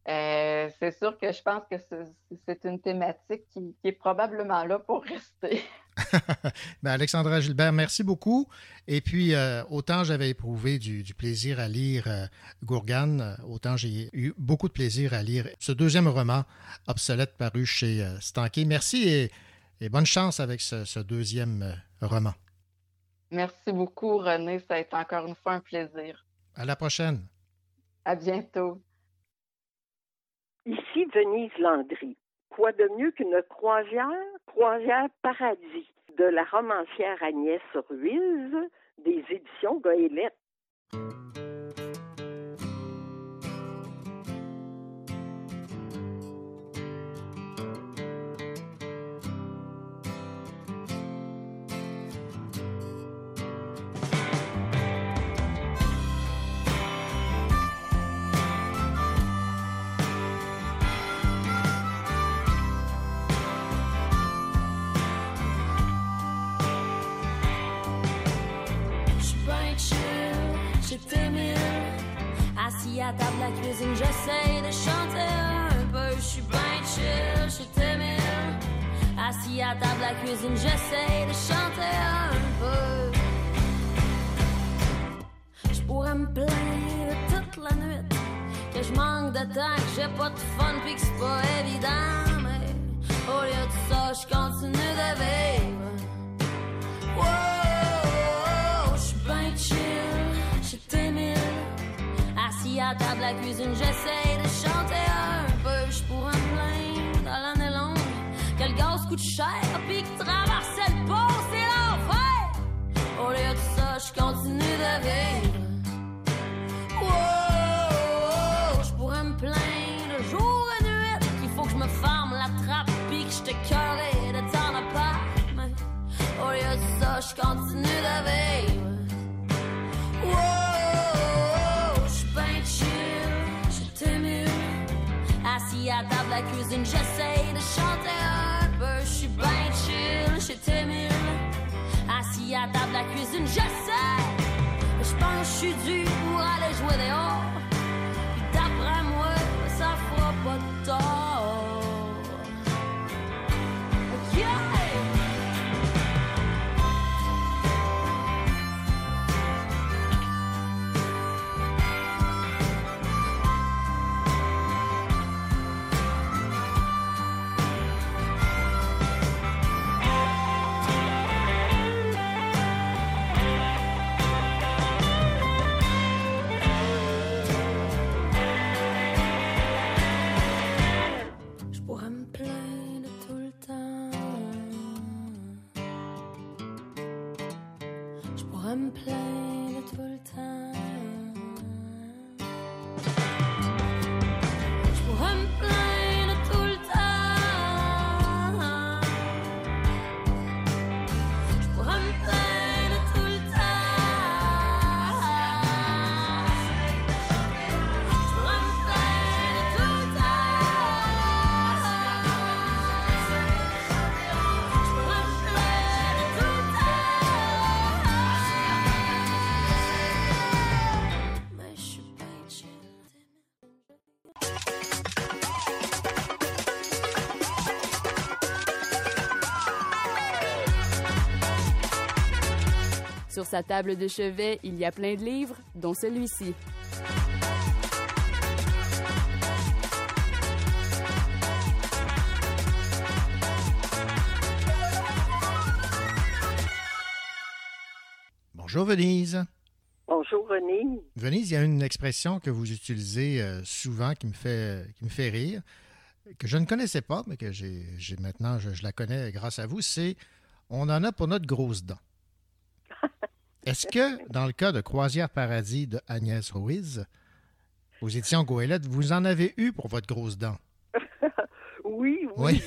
c'est sûr que je pense que c'est une thématique qui est probablement là pour rester. Bien, Alexandra Gilbert, merci beaucoup. Et puis, autant j'avais éprouvé du plaisir à lire Gourgane, autant j'ai eu beaucoup de plaisir à lire ce deuxième roman, Obsolète, paru chez Stankey. Merci et bonne chance avec ce deuxième roman. Merci beaucoup, René. Ça a été encore une fois un plaisir. À la prochaine. À bientôt. Ici Venise Landry. Quoi de mieux qu'une croisière paradis, de la romancière Agnès Ruiz, des éditions Goélette. Assis à table la cuisine, j'essaie de chanter un peu. Je suis bien chill, chez Témil. Assis à table la cuisine, j'essaie de chanter un peu. Je pourrais me plaindre toute la nuit que je manque de temps, que j'ai pas de fun pis que c'est pas évident. Mais au lieu de ça, je continue de vivre. Wow, je suis bien chill, chez Témil. Assis à table la cuisine, j'essaie de chanter un peu. Je pourrais me plaindre à l'année longue que le gaz coûte cher pis que traverser le pont, c'est l'enfer. Au lieu de ça, je continue de vivre. Wow, je pourrais me plaindre jour et nuit qu'il faut que je me ferme la trappe pis que je te cœurais de t'en appart. Mais au lieu de ça, je continue de vivre. Wow, je suis bien chill, je t'aime. Assis à table la cuisine, j'essaie de chanter un peu. Je suis bien chill, je t'aime. Assis à table la cuisine, j'essaie. Je pense que je suis dû pour aller jouer dehors. Puis d'après moi, ça fera pas de tort. Yeah! Me plaindre tout le temps. Je pourrais me plaindre tout le temps. Je pourrais me plaindre tout le temps. Je pourrais me plaindre tout le temps. Je pourrais me plaindre tout le temps. Sur sa table de chevet, il y a plein de livres, dont celui-ci. Bonjour Venise. Bonjour René. Venise, il y a une expression que vous utilisez souvent qui me fait rire, que je ne connaissais pas, mais que j'ai maintenant, je la connais grâce à vous, c'est « on en a pour notre grosse dent ». Est-ce que, dans le cas de Croisière Paradis de Agnès Ruiz, aux éditions Goélette, vous en avez eu pour votre grosse dent? Oui.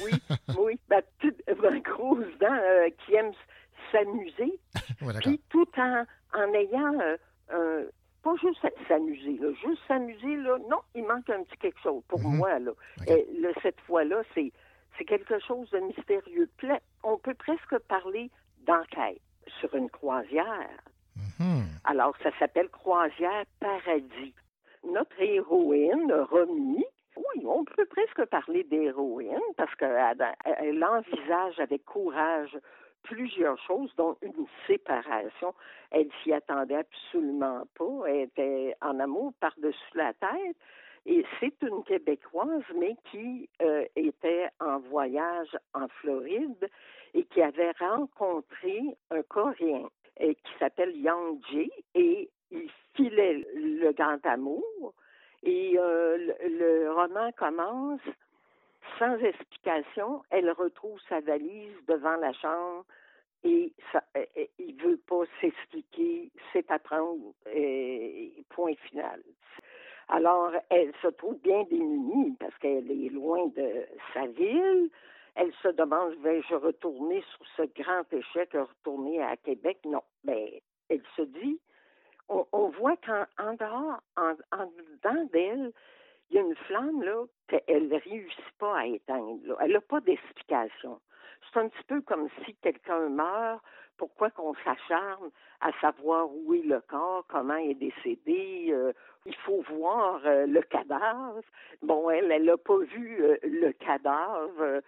Ma grosse dent qui aime s'amuser, ouais, puis tout en ayant, pas juste s'amuser, là, juste s'amuser, là, non, il manque un petit quelque chose pour moi. Là. Okay. Cette fois-là, c'est quelque chose de mystérieux. On peut presque parler d'enquête sur une croisière. Alors, ça s'appelle Croisière Paradis. Notre héroïne, Romy, Oui, on peut presque parler d'héroïne parce qu'elle envisage avec courage plusieurs choses, dont une séparation. Elle s'y attendait absolument pas. Elle était en amour par-dessus la tête. Et c'est une Québécoise, mais qui était en voyage en Floride et qui avait rencontré un Coréen qui s'appelle Yang Jae, et il filait le grand amour. Et le roman commence sans explication. Elle retrouve sa valise devant la chambre et il veut pas s'expliquer. C'est à prendre, point final. Alors, elle se trouve bien démunie parce qu'elle est loin de sa ville. Elle se demande, vais-je retourner sur ce grand échec, retourner à Québec? Non. Mais elle se dit, on voit qu'en dehors, en dedans d'elle, il y a une flamme là qu'elle ne réussit pas à éteindre. Là. Elle n'a pas d'explication. C'est un petit peu comme si quelqu'un meurt, pourquoi qu'on s'acharne à savoir où est le corps, comment il est décédé. Il faut voir le cadavre. Bon, elle n'a pas vu le cadavre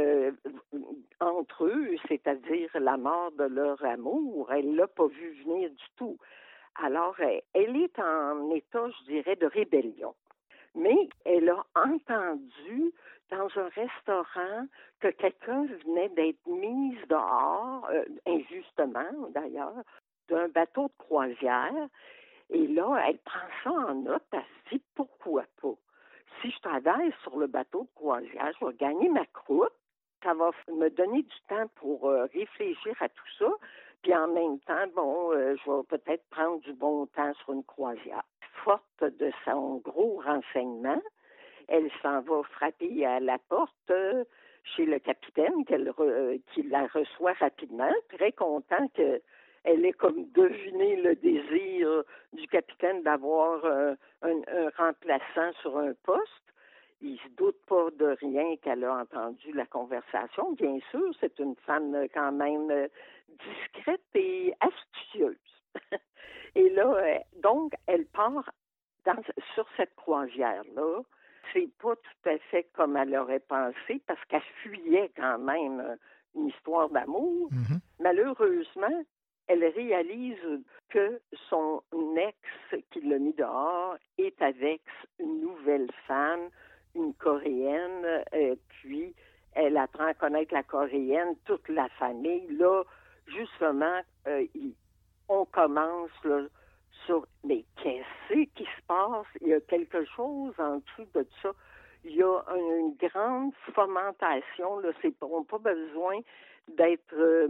entre eux, c'est-à-dire la mort de leur amour. Elle ne l'a pas vu venir du tout. Alors, elle est en état, je dirais, de rébellion. Mais elle a entendu dans un restaurant que quelqu'un venait d'être mise dehors, injustement d'ailleurs, d'un bateau de croisière. Et là, elle prend ça en note, elle se dit, pourquoi pas? Si je travaille sur le bateau de croisière, je vais gagner ma croûte, ça va me donner du temps pour réfléchir à tout ça, puis en même temps, je vais peut-être prendre du bon temps sur une croisière. Forte de son gros renseignement, elle s'en va frapper à la porte chez le capitaine qui la reçoit rapidement, très content qu'elle ait comme deviné le désir du capitaine d'avoir un remplaçant sur un poste. Il ne se doute pas de rien qu'elle a entendu la conversation. Bien sûr, c'est une femme quand même discrète et astucieuse. Et là, donc, elle part sur cette croisière-là. C'est pas tout à fait comme elle aurait pensé parce qu'elle fuyait quand même une histoire d'amour. Mm-hmm. Malheureusement, elle réalise que son ex qui l'a mis dehors est avec une nouvelle femme, une Coréenne, puis elle apprend à connaître la Coréenne, toute la famille. Là, justement, on commence là, mais qu'est-ce qui se passe? Il y a quelque chose en dessous de ça. Il y a une grande fomentation. Là, on n'a pas besoin d'être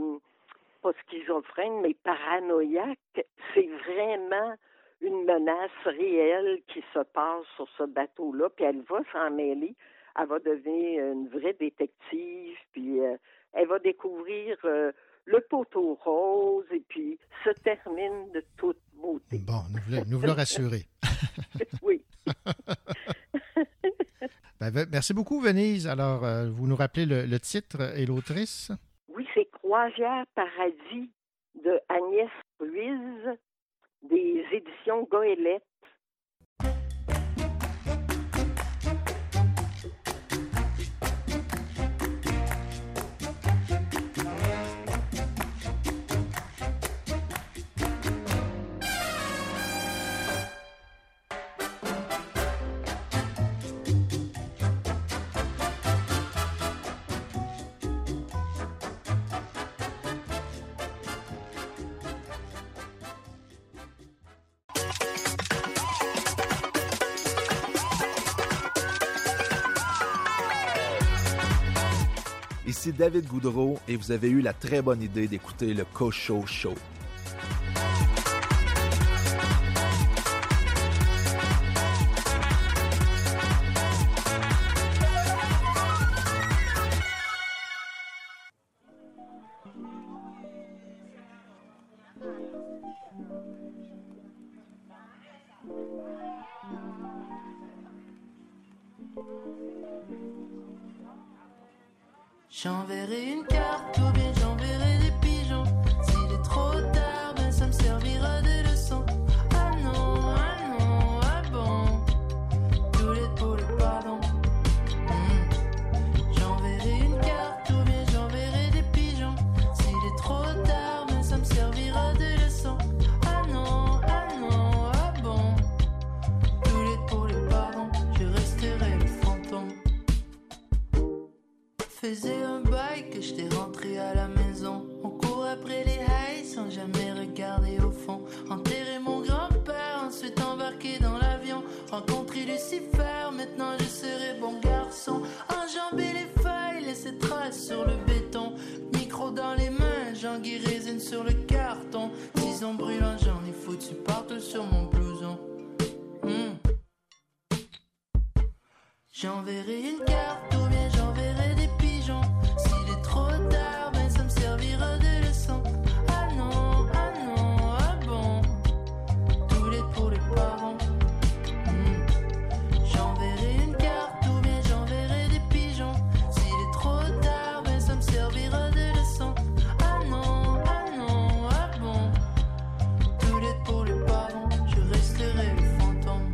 pas schizophrène, mais paranoïaque. C'est vraiment une menace réelle qui se passe sur ce bateau-là, puis elle va s'en mêler. Elle va devenir une vraie détective, puis elle va découvrir le poteau rose, et puis se termine de toute beauté. Bon, nous voulons rassurer. Oui. Merci beaucoup, Venise. Alors, vous nous rappelez le titre et l'autrice? Oui, c'est Croisière Paradis de Agnès Ruiz, des éditions Goélette. Ici David Goudreau et vous avez eu la très bonne idée d'écouter le Cochot Show. J'enverrai une carte ou bien j'enverrai des pigeons. S'il est trop tard, ben ça me servira de leçon. Ah non, ah bon. Tous les pardon. Lucifer, maintenant je serai bon garçon. Enjamber les feuilles, laisser traces sur le béton. Micro dans les mains, Jean-Guy résine sur le carton. Tison brûlant, j'en ai foutu partout sur mon blouson. J'enverrai une carte ou bien j'enverrai des pigeons. S'il est trop tard, ben ça me servira de leçon. Ah non, ah bon. Tous les pour les parents. J'enverrai une carte ou bien j'enverrai des pigeons. S'il est trop tard, ben ça me servira de leçon. Ah non, ah bon. Tous les pour les parents, je resterai le fantôme.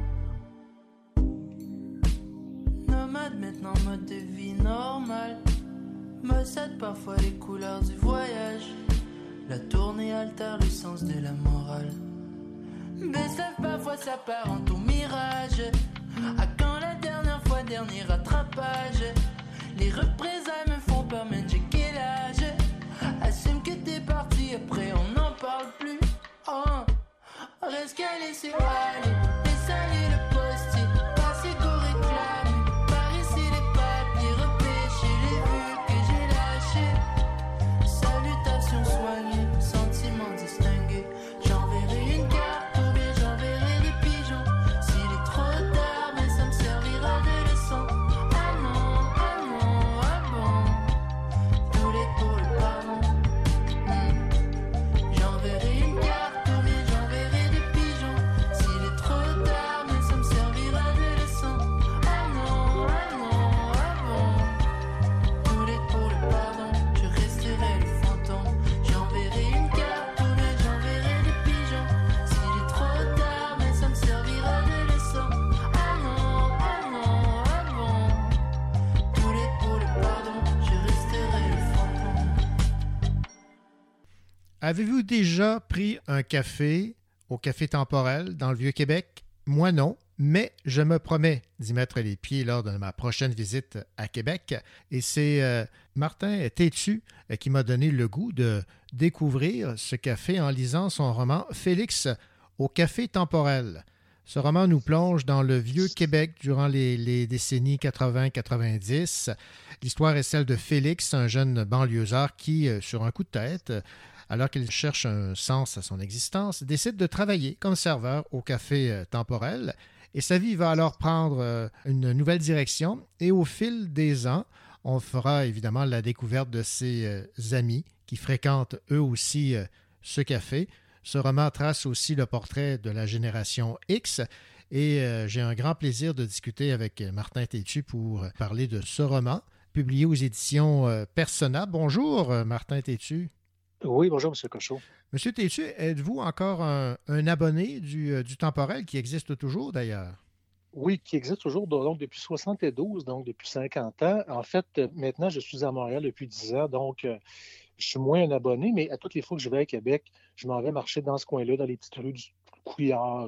Nomade maintenant, mode de vie normal. Me cède parfois les couleurs du voyage. La tournée altère le sens de la morale. Baisse-lève parfois s'apparente au mirage. À quand la dernière fois, dernier rattrapage? Les représailles me font peur, mais j'ai quel âge? Assume que t'es parti, après on n'en parle plus. Oh, reste qu'à laisser aller. Laisse aller le postier, passer qu'au réclame. Par ici les papiers, repêcher les vues que j'ai lâchées. Salutations soignées, sentiments distingués. J'enverrai une carte ou bien j'enverrai des pigeons. S'il est trop tard, mais ça me servira de leçon. Ah non, ah bon. Tous les pour le pardon. J'enverrai une carte ou bien j'enverrai des pigeons. S'il est trop tard, mais ça me servira de leçon. Ah non, ah bon. Tous les pour le pardon, je resterai le fantôme. J'enverrai une carte ou bien j'enverrai des pigeons. S'il est trop tard, mais ça me servira de leçon. Ah non, ah bon. Tous les pour le pardon, je resterai le fantôme. Avez-vous déjà pris un café au Café Temporel dans le Vieux-Québec? Moi non, mais je me promets d'y mettre les pieds lors de ma prochaine visite à Québec. Et c'est Martin Tétu qui m'a donné le goût de découvrir ce café en lisant son roman Félix au Café Temporel. Ce roman nous plonge dans le Vieux-Québec durant les décennies 80-90. L'histoire est celle de Félix, un jeune banlieusard qui, sur un coup de tête, alors qu'il cherche un sens à son existence, décide de travailler comme serveur au Café Temporel. Et sa vie va alors prendre une nouvelle direction. Et au fil des ans, on fera évidemment la découverte de ses amis qui fréquentent eux aussi ce café. Ce roman trace aussi le portrait de la génération X. Et j'ai un grand plaisir de discuter avec Martin Tétu pour parler de ce roman, publié aux éditions Persona. Bonjour, Martin Tétu. Oui, bonjour, M. Cochot. M. Tétu, êtes-vous encore un abonné du Temporel qui existe toujours d'ailleurs? Oui, qui existe toujours donc depuis 72, donc depuis 50 ans. En fait, maintenant, je suis à Montréal depuis 10 ans, donc je suis moins un abonné, mais à toutes les fois que je vais à Québec, je m'en vais marcher dans ce coin-là, dans les petites rues du Couillard,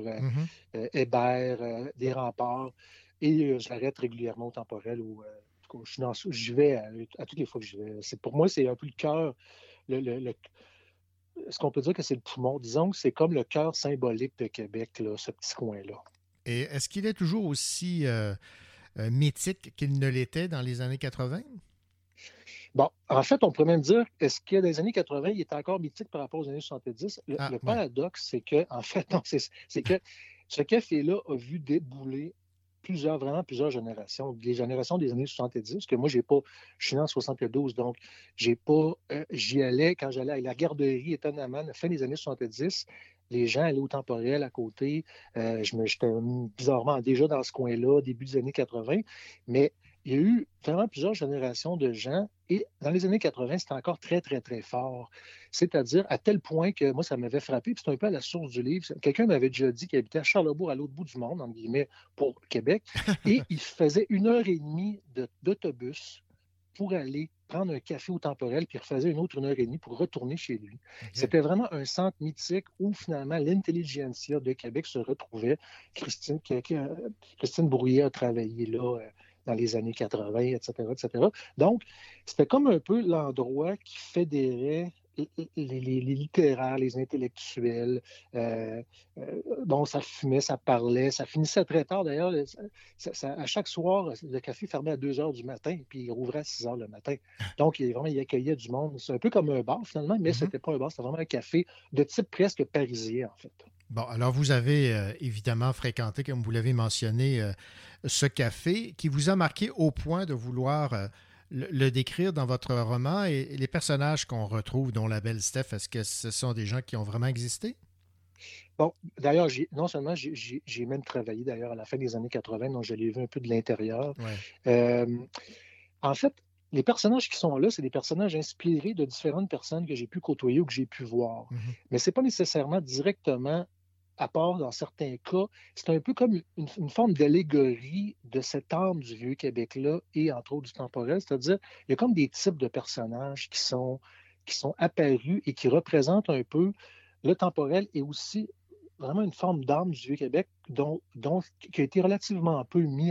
Hébert, des Remparts, et j'arrête régulièrement au Temporel où j'y vais à toutes les fois que j'y vais. Pour moi, c'est un peu le cœur. Est-ce qu'on peut dire que c'est le poumon? Disons que c'est comme le cœur symbolique de Québec, là, ce petit coin-là. Et est-ce qu'il est toujours aussi mythique qu'il ne l'était dans les années 80? Bon, en fait, on pourrait même dire, est-ce que dans les années 80, il était encore mythique par rapport aux années 70? Le paradoxe, c'est que, en fait, non, c'est que ce café-là a vu débouler plusieurs générations. Les générations des années 70, parce que moi, je suis né en 72, donc j'y allais, quand j'allais à la garderie, étonnamment, à la fin des années 70, les gens allaient au Temporel à côté. J'étais bizarrement déjà dans ce coin-là, début des années 80, mais il y a eu vraiment plusieurs générations de gens et dans les années 80, c'était encore très, très, très fort. C'est-à-dire à tel point que moi, ça m'avait frappé, puis c'est un peu à la source du livre. Quelqu'un m'avait déjà dit qu'il habitait à Charlebourg, à l'autre bout du monde, entre guillemets, pour Québec, et il faisait 1h30 d'autobus pour aller prendre un café au Temporel, puis il refaisait une autre 1h30 pour retourner chez lui. Okay. C'était vraiment un centre mythique où finalement l'intelligentsia de Québec se retrouvait. Christine Brouillet a travaillé là dans les années 80, etc., etc. Donc, c'était comme un peu l'endroit qui fédérait les littéraires, les intellectuels. Bon, ça fumait, ça parlait, ça finissait très tard. D'ailleurs, à chaque soir, le café fermait à 2 heures du matin, puis il rouvrait à 6 heures le matin. Donc, il accueillait du monde. C'est un peu comme un bar, finalement, mais c'était pas un bar, c'était vraiment un café de type presque parisien, en fait. Bon, alors vous avez évidemment fréquenté, comme vous l'avez mentionné, ce café qui vous a marqué au point de vouloir le décrire dans votre roman, et les personnages qu'on retrouve, dont la belle Steph, est-ce que ce sont des gens qui ont vraiment existé? Bon, d'ailleurs, non seulement j'ai même travaillé d'ailleurs à la fin des années 80, donc je l'ai vu un peu de l'intérieur. Ouais. En fait, les personnages qui sont là, c'est des personnages inspirés de différentes personnes que j'ai pu côtoyer ou que j'ai pu voir. Mais ce n'est pas nécessairement directement, à part dans certains cas, c'est un peu comme une forme d'allégorie de cette âme du Vieux-Québec-là et entre autres du temporel, c'est-à-dire il y a comme des types de personnages qui sont apparus et qui représentent un peu le temporel et aussi vraiment une forme d'âme du Vieux-Québec qui a été relativement peu mis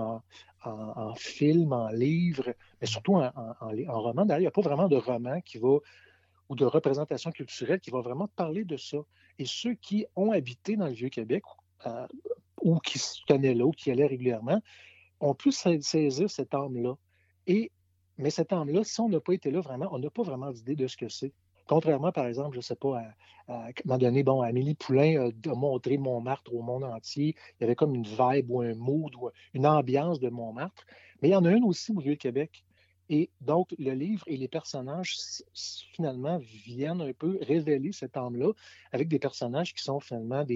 en film, en livre, mais surtout en roman. D'ailleurs, il n'y a pas vraiment de roman ou de représentation culturelle qui va vraiment parler de ça. Et ceux qui ont habité dans le Vieux-Québec ou qui se tenaient là ou qui allaient régulièrement ont pu saisir cette âme-là. Mais cette âme-là, si on n'a pas été là vraiment, on n'a pas vraiment d'idée de ce que c'est. Contrairement, par exemple, je ne sais pas, à un moment donné, Amélie Poulain a montré Montmartre au monde entier. Il y avait comme une vibe ou un mood ou une ambiance de Montmartre. Mais il y en a une aussi au Vieux-Québec. Et donc, le livre et les personnages, finalement, viennent un peu révéler cette âme-là avec des personnages qui sont finalement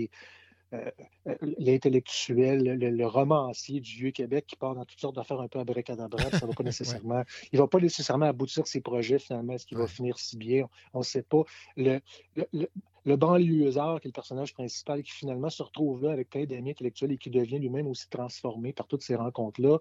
l'intellectuel, le romancier du Vieux-Québec qui part dans toutes sortes d'affaires un peu abracadabra. Ça va pas nécessairement, il ne va pas nécessairement aboutir ses projets, finalement. Est-ce qu'il va finir si bien? On ne sait pas. Le banlieusard, qui est le personnage principal, qui finalement se retrouve là avec plein d'amis intellectuels et qui devient lui-même aussi transformé par toutes ces rencontres-là.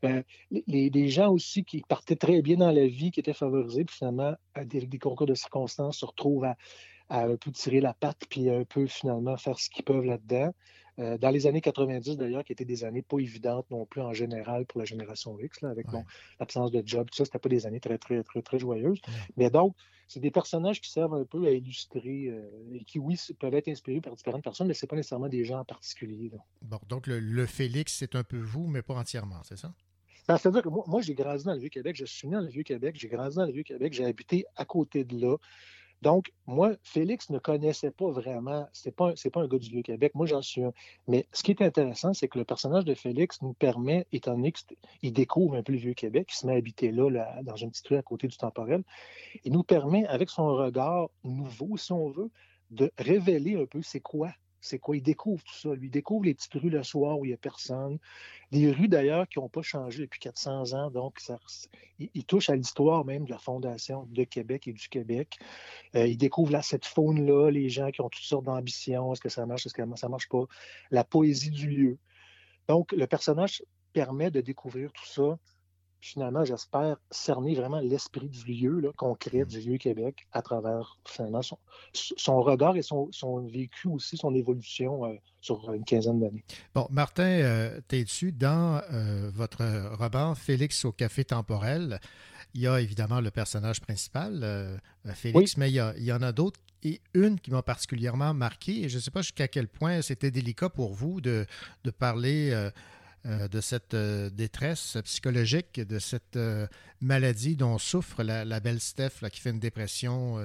Les gens aussi qui partaient très bien dans la vie, qui étaient favorisés, puis finalement, avec des concours de circonstances, se retrouvent à un peu tirer la patte, puis un peu finalement faire ce qu'ils peuvent là-dedans. Dans les années 90, d'ailleurs, qui étaient des années pas évidentes non plus en général pour la génération X, là, avec l'absence de job, tout ça, c'était pas des années très, très, très, très joyeuses. Mais donc, c'est des personnages qui servent un peu à illustrer et qui, oui, peuvent être inspirés par différentes personnes, mais c'est pas nécessairement des gens en particulier. Là. Bon, donc le Félix, c'est un peu vous, mais pas entièrement, c'est ça? C'est-à-dire que moi, j'ai grandi dans le Vieux-Québec, je suis né dans le Vieux-Québec, j'ai grandi dans le Vieux-Québec, j'ai habité à côté de là. Donc, moi, Félix ne connaissait pas vraiment, c'est pas un gars du Vieux-Québec, moi j'en suis un. Mais ce qui est intéressant, c'est que le personnage de Félix nous permet, étant donné qu'il découvre un peu le Vieux-Québec, il se met à habiter là, dans une petite rue à côté du temporel, il nous permet, avec son regard nouveau, si on veut, de révéler un peu c'est quoi. Il découvre tout ça. Lui, il découvre les petites rues le soir où il n'y a personne. Des rues, d'ailleurs, qui n'ont pas changé depuis 400 ans. Donc, il touche à l'histoire même de la fondation de Québec et du Québec. Il découvre cette faune-là, les gens qui ont toutes sortes d'ambitions. Est-ce que ça marche? Est-ce que ça ne marche pas? La poésie du lieu. Donc, le personnage permet de découvrir tout ça. Finalement, j'espère cerner vraiment l'esprit du lieu là, concret du Vieux-Québec à travers finalement son regard et son vécu aussi, son évolution sur une quinzaine d'années. Bon, Martin Têtu, dans votre roman Félix au Café Temporel, il y a évidemment le personnage principal, Félix, mais il y en a d'autres. Et une qui m'a particulièrement marqué, et je ne sais pas jusqu'à quel point c'était délicat pour vous de parler de cette détresse psychologique, de cette maladie dont souffre la belle Steph, là, qui fait une dépression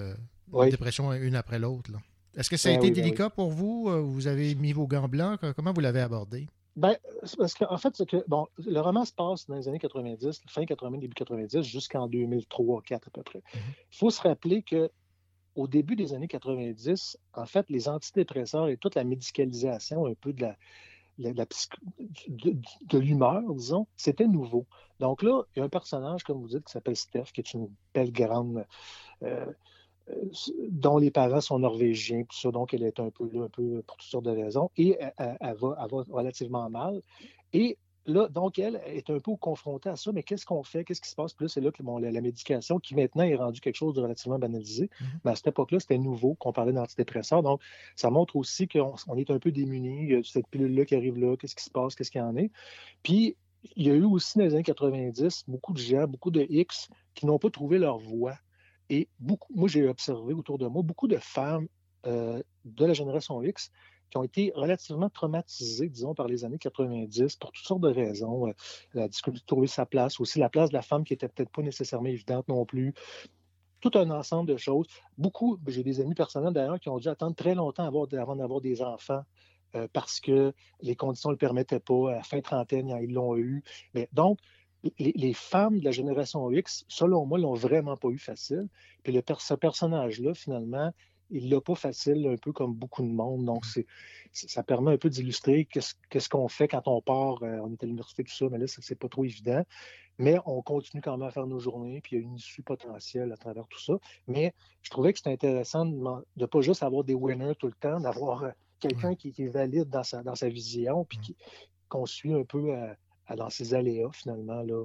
une après l'autre. Là. Est-ce que ça a été délicat pour vous? Vous avez mis vos gants blancs? Comment vous l'avez abordé? Parce qu'en fait, le roman se passe dans les années 90, fin 80, début 90, jusqu'en 2003-2004 à peu près. Il faut se rappeler qu'au début des années 90, en fait, les antidépresseurs et toute la médicalisation un peu de l'humeur, disons, c'était nouveau. Donc là, il y a un personnage, comme vous dites, qui s'appelle Steph, qui est une belle grande, dont les parents sont norvégiens, tout ça, donc elle est un peu là, pour toutes sortes de raisons, et elle va relativement mal. Et là, donc, elle est un peu confrontée à ça, mais qu'est-ce qu'on fait? Qu'est-ce qui se passe? Puis là, c'est là que la médication, qui maintenant est rendue quelque chose de relativement banalisé, mais à cette époque-là, c'était nouveau qu'on parlait d'antidépresseurs. Donc, ça montre aussi qu'on est un peu démunis. Il y a cette pilule-là qui arrive là, qu'est-ce qui se passe, qu'est-ce qu'il y en est. Puis, il y a eu aussi dans les années 90 beaucoup de gens, beaucoup de X qui n'ont pas trouvé leur voie. Et moi, j'ai observé autour de moi beaucoup de femmes de la génération X qui ont été relativement traumatisées, disons, par les années 90 pour toutes sortes de raisons. La difficulté de trouver sa place, aussi la place de la femme qui n'était peut-être pas nécessairement évidente non plus. Tout un ensemble de choses. J'ai des amis personnels d'ailleurs qui ont dû attendre très longtemps avant d'avoir des enfants parce que les conditions ne le permettaient pas. À la fin trentaine, ils l'ont eu. Mais donc, les femmes de la génération X, selon moi, l'ont vraiment pas eu facile. Puis ce personnage-là, finalement, il l'a pas facile, un peu comme beaucoup de monde. Donc, ça permet un peu d'illustrer qu'est-ce qu'on fait quand on part, on est à l'université, tout ça, mais là, c'est pas trop évident. Mais on continue quand même à faire nos journées, puis il y a une issue potentielle à travers tout ça. Mais je trouvais que c'était intéressant de ne pas juste avoir des winners tout le temps, d'avoir quelqu'un qui est valide dans sa vision, puis qu'on suit un peu dans ses aléas, finalement, là,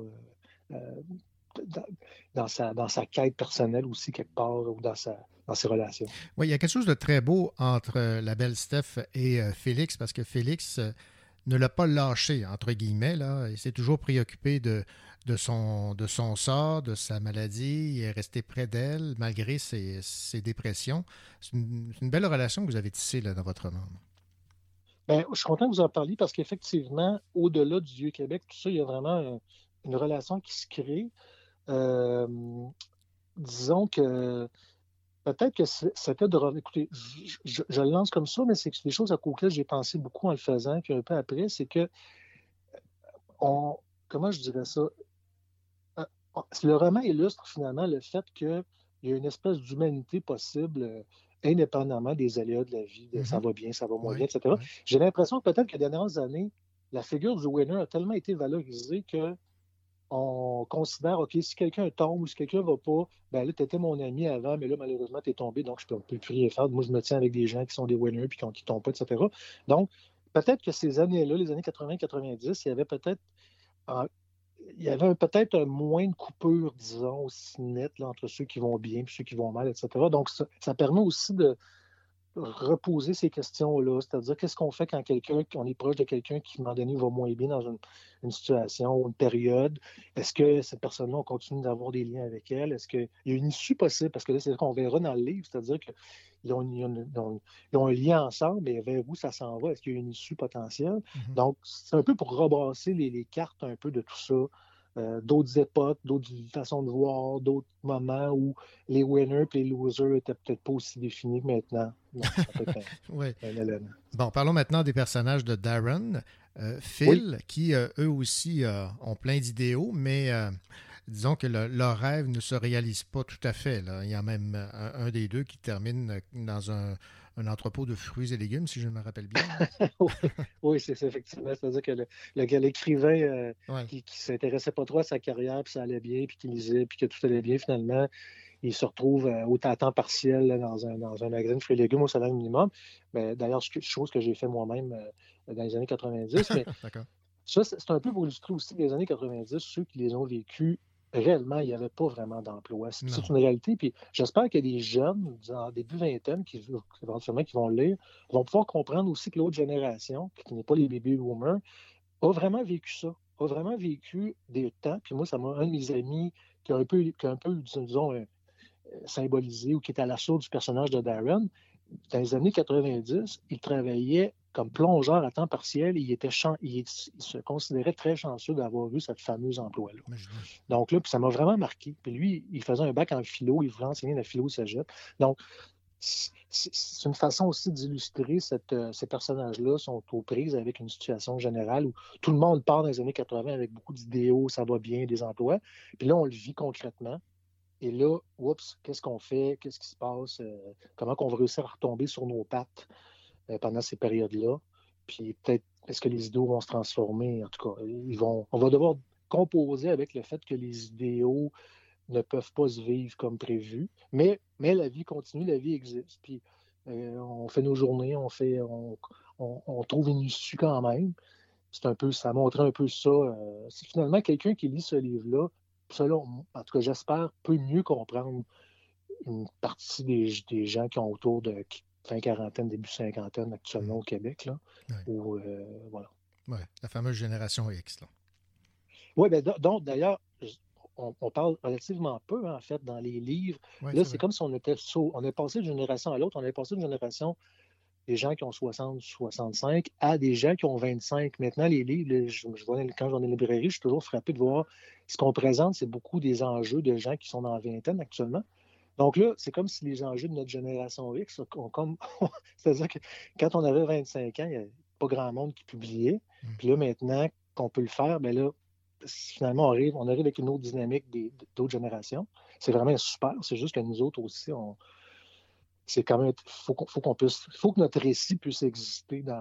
dans sa quête personnelle aussi, quelque part, ou dans ses relations. Oui, il y a quelque chose de très beau entre la belle Steph et Félix, parce que Félix ne l'a pas lâché, entre guillemets, là. Il s'est toujours préoccupé de son sort, de sa maladie. Il est resté près d'elle, malgré ses dépressions. C'est une belle relation que vous avez tissée là, dans votre roman. Bien, je suis content que vous en parliez parce qu'effectivement, au-delà du Vieux-Québec, tout ça, il y a vraiment une relation qui se crée. Disons que peut-être que c'était de... Écoutez, je le lance comme ça, mais c'est des choses auxquelles j'ai pensé beaucoup en le faisant, puis un peu après, c'est que comment je dirais ça? Le roman illustre finalement le fait qu'il y a une espèce d'humanité possible indépendamment des aléas de la vie, ça va bien, ça va moins bien, etc. Ouais. J'ai l'impression que peut-être que les dernières années, la figure du winner a tellement été valorisée qu'on considère, OK, si quelqu'un tombe ou si quelqu'un ne va pas, ben là, tu étais mon ami avant, mais là, malheureusement, tu es tombé, donc je ne peux plus rien faire. Moi, je me tiens avec des gens qui sont des winners puis qui ne tombent pas, etc. Donc, peut-être que ces années-là, les années 80-90, il y avait peut-être un moins de coupure, disons, aussi nette là, entre ceux qui vont bien et ceux qui vont mal, etc. Donc, ça permet aussi de reposer ces questions-là, c'est-à-dire qu'est-ce qu'on fait quand on est proche de quelqu'un qui, à un moment donné, va moins bien dans une situation ou une période? Est-ce que cette personne-là, on continue d'avoir des liens avec elle? Est-ce qu'il y a une issue possible? Parce que là, c'est ce qu'on verra dans le livre, c'est-à-dire qu'ils ont un lien ensemble, mais vers où ça s'en va? Est-ce qu'il y a une issue potentielle? Mm-hmm. Donc, c'est un peu pour rebrasser les cartes un peu de tout ça. D'autres époques, d'autres façons de voir, d'autres moments où les winners et les losers n'étaient peut-être pas aussi définis que maintenant. Oui. Bon, parlons maintenant des personnages de Darren, Phil, qui eux aussi ont plein d'idéaux, mais disons que leur rêve ne se réalise pas tout à fait. Là. Il y a même un des deux qui termine dans un entrepôt de fruits et légumes, si je me rappelle bien. Oui, c'est effectivement. C'est-à-dire que l'écrivain qui ne s'intéressait pas trop à sa carrière, puis ça allait bien, puis qui lisait, puis que tout allait bien, finalement, il se retrouve à temps partiel là, dans un magasin de fruits et légumes au salaire minimum. Mais, d'ailleurs, chose que j'ai fait moi-même dans les années 90. Mais ça, c'est un peu pour illustrer aussi les années 90, ceux qui les ont vécus. Réellement, il n'y avait pas vraiment d'emploi. C'est une réalité. Puis j'espère que des jeunes, en début vingtaine, éventuellement qui vont le lire, vont pouvoir comprendre aussi que l'autre génération, qui n'est pas les baby boomers, a vraiment vécu ça. A vraiment vécu des temps. Puis moi, ça m'a un de mes amis qui a un peu disons, symbolisé ou qui est à l'assaut du personnage de Darren. Dans les années 90, il travaillait comme plongeur à temps partiel. Il se considérait très chanceux d'avoir eu cette fameuse emploi-là. Donc là, puis ça m'a vraiment marqué. Puis lui, il faisait un bac en philo, il voulait enseigner la philo au cégep. Donc, c'est une façon aussi d'illustrer ces personnages-là sont aux prises avec une situation générale où tout le monde part dans les années 80 avec beaucoup d'idéaux, ça va bien, des emplois. Puis là, on le vit concrètement. Et là, oups, qu'est-ce qu'on fait? Qu'est-ce qui se passe? Comment on va réussir à retomber sur nos pattes pendant ces périodes-là? Puis peut-être, est-ce que les idéaux vont se transformer? En tout cas, on va devoir composer avec le fait que les idéaux ne peuvent pas se vivre comme prévu. Mais la vie continue, la vie existe. Puis on fait nos journées, on trouve une issue quand même. Ça montrait un peu ça. C'est finalement quelqu'un qui lit ce livre-là, selon moi, en tout cas, j'espère, peut mieux comprendre une partie des gens qui ont autour de fin quarantaine, début cinquantaine actuellement au Québec. Là, voilà. Oui, la fameuse génération X. Oui, bien, donc, d'ailleurs, on parle relativement peu, en fait, dans les livres. Ouais, là, c'est comme si on est passé d'une génération à l'autre. On est passé d'une génération des gens qui ont 60, 65 à des gens qui ont 25. Maintenant, les livres, quand je vais dans les librairies, je suis toujours frappé de voir ce qu'on présente, c'est beaucoup des enjeux de gens qui sont dans la vingtaine actuellement. Donc là, c'est comme si les enjeux de notre génération X, c'est-à-dire que quand on avait 25 ans, il n'y avait pas grand monde qui publiait. Puis là, maintenant qu'on peut le faire, bien là, finalement, on arrive avec une autre dynamique d'autres générations. C'est vraiment super. C'est juste que nous autres aussi, c'est quand même, faut que notre récit puisse exister dans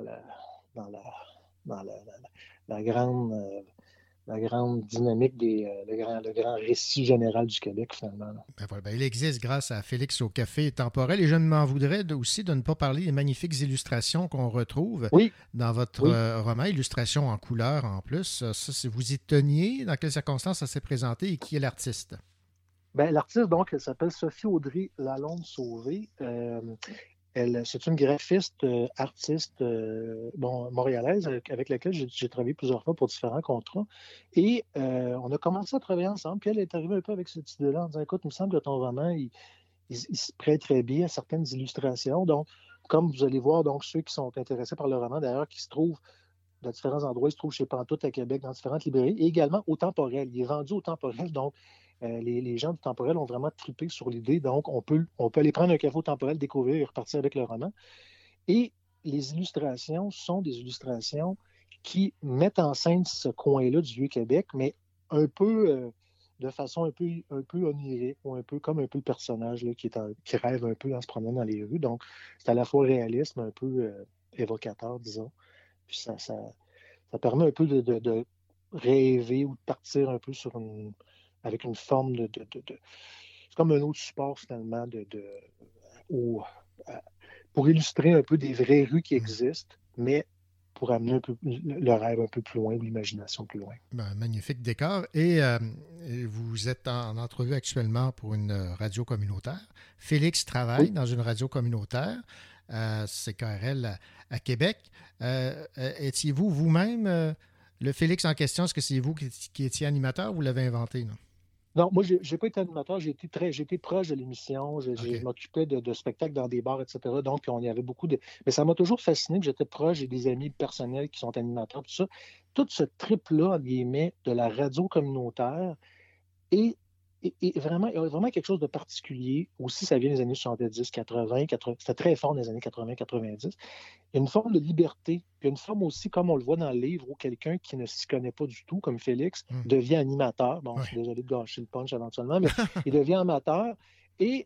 la grande dynamique le grand récit général du Québec, finalement. Il existe grâce à Félix au Café Temporel. Et je ne m'en voudrais aussi de ne pas parler des magnifiques illustrations qu'on retrouve dans votre roman, illustrations en couleur en plus. Ça, vous y teniez, dans quelles circonstances ça s'est présenté et qui est l'artiste? L'artiste, donc, elle s'appelle Sophie Audrey Lalonde-Sauvé. C'est une graphiste, artiste montréalaise avec laquelle j'ai travaillé plusieurs fois pour différents contrats. Et on a commencé à travailler ensemble. Puis elle est arrivée un peu avec cette idée-là en disant, écoute, il me semble que ton roman, il se prête très bien à certaines illustrations. Donc, comme vous allez voir, donc ceux qui sont intéressés par le roman, d'ailleurs, qui se trouvent dans différents endroits, il se trouve chez Pantoute à Québec, dans différentes librairies, et également au Temporel. Il est vendu au Temporel, donc les gens du Temporel ont vraiment trippé sur l'idée. Donc, on peut aller prendre un café au Temporel, découvrir et repartir avec le roman. Et les illustrations sont des illustrations qui mettent en scène ce coin-là du Vieux-Québec, mais un peu de façon un peu onirique, ou un peu comme un peu le personnage là, qui rêve un peu en se promenant dans les rues. Donc, c'est à la fois réaliste, mais un peu évocateur, disons. Puis ça permet un peu de rêver ou de partir un peu avec une forme c'est comme un autre support finalement pour illustrer un peu des vraies rues qui existent, mais pour amener un peu le rêve un peu plus loin ou l'imagination plus loin. Magnifique décor. Et vous êtes en entrevue actuellement pour une radio communautaire. Félix travaille dans une radio communautaire. CKRL à Québec. Étiez-vous vous-même le Félix en question? Est-ce que c'est vous qui étiez animateur ou vous l'avez inventé? Non, moi, je n'ai pas été animateur. J'ai été proche de l'émission. Je m'occupais de spectacles dans des bars, etc. Donc, il y avait beaucoup de... Mais ça m'a toujours fasciné que j'étais proche. J'ai des amis personnels qui sont animateurs, tout ça. Tout ce trip-là, entre guillemets, de la radio communautaire et vraiment, il y a vraiment quelque chose de particulier. Aussi, ça vient des années 70, 80, c'était très fort dans les années 80, 90. Il y a une forme de liberté. Il y a une forme aussi, comme on le voit dans le livre, où quelqu'un qui ne s'y connaît pas du tout, comme Félix, devient animateur. Bon, je suis désolé de gâcher le punch éventuellement, mais il devient animateur, et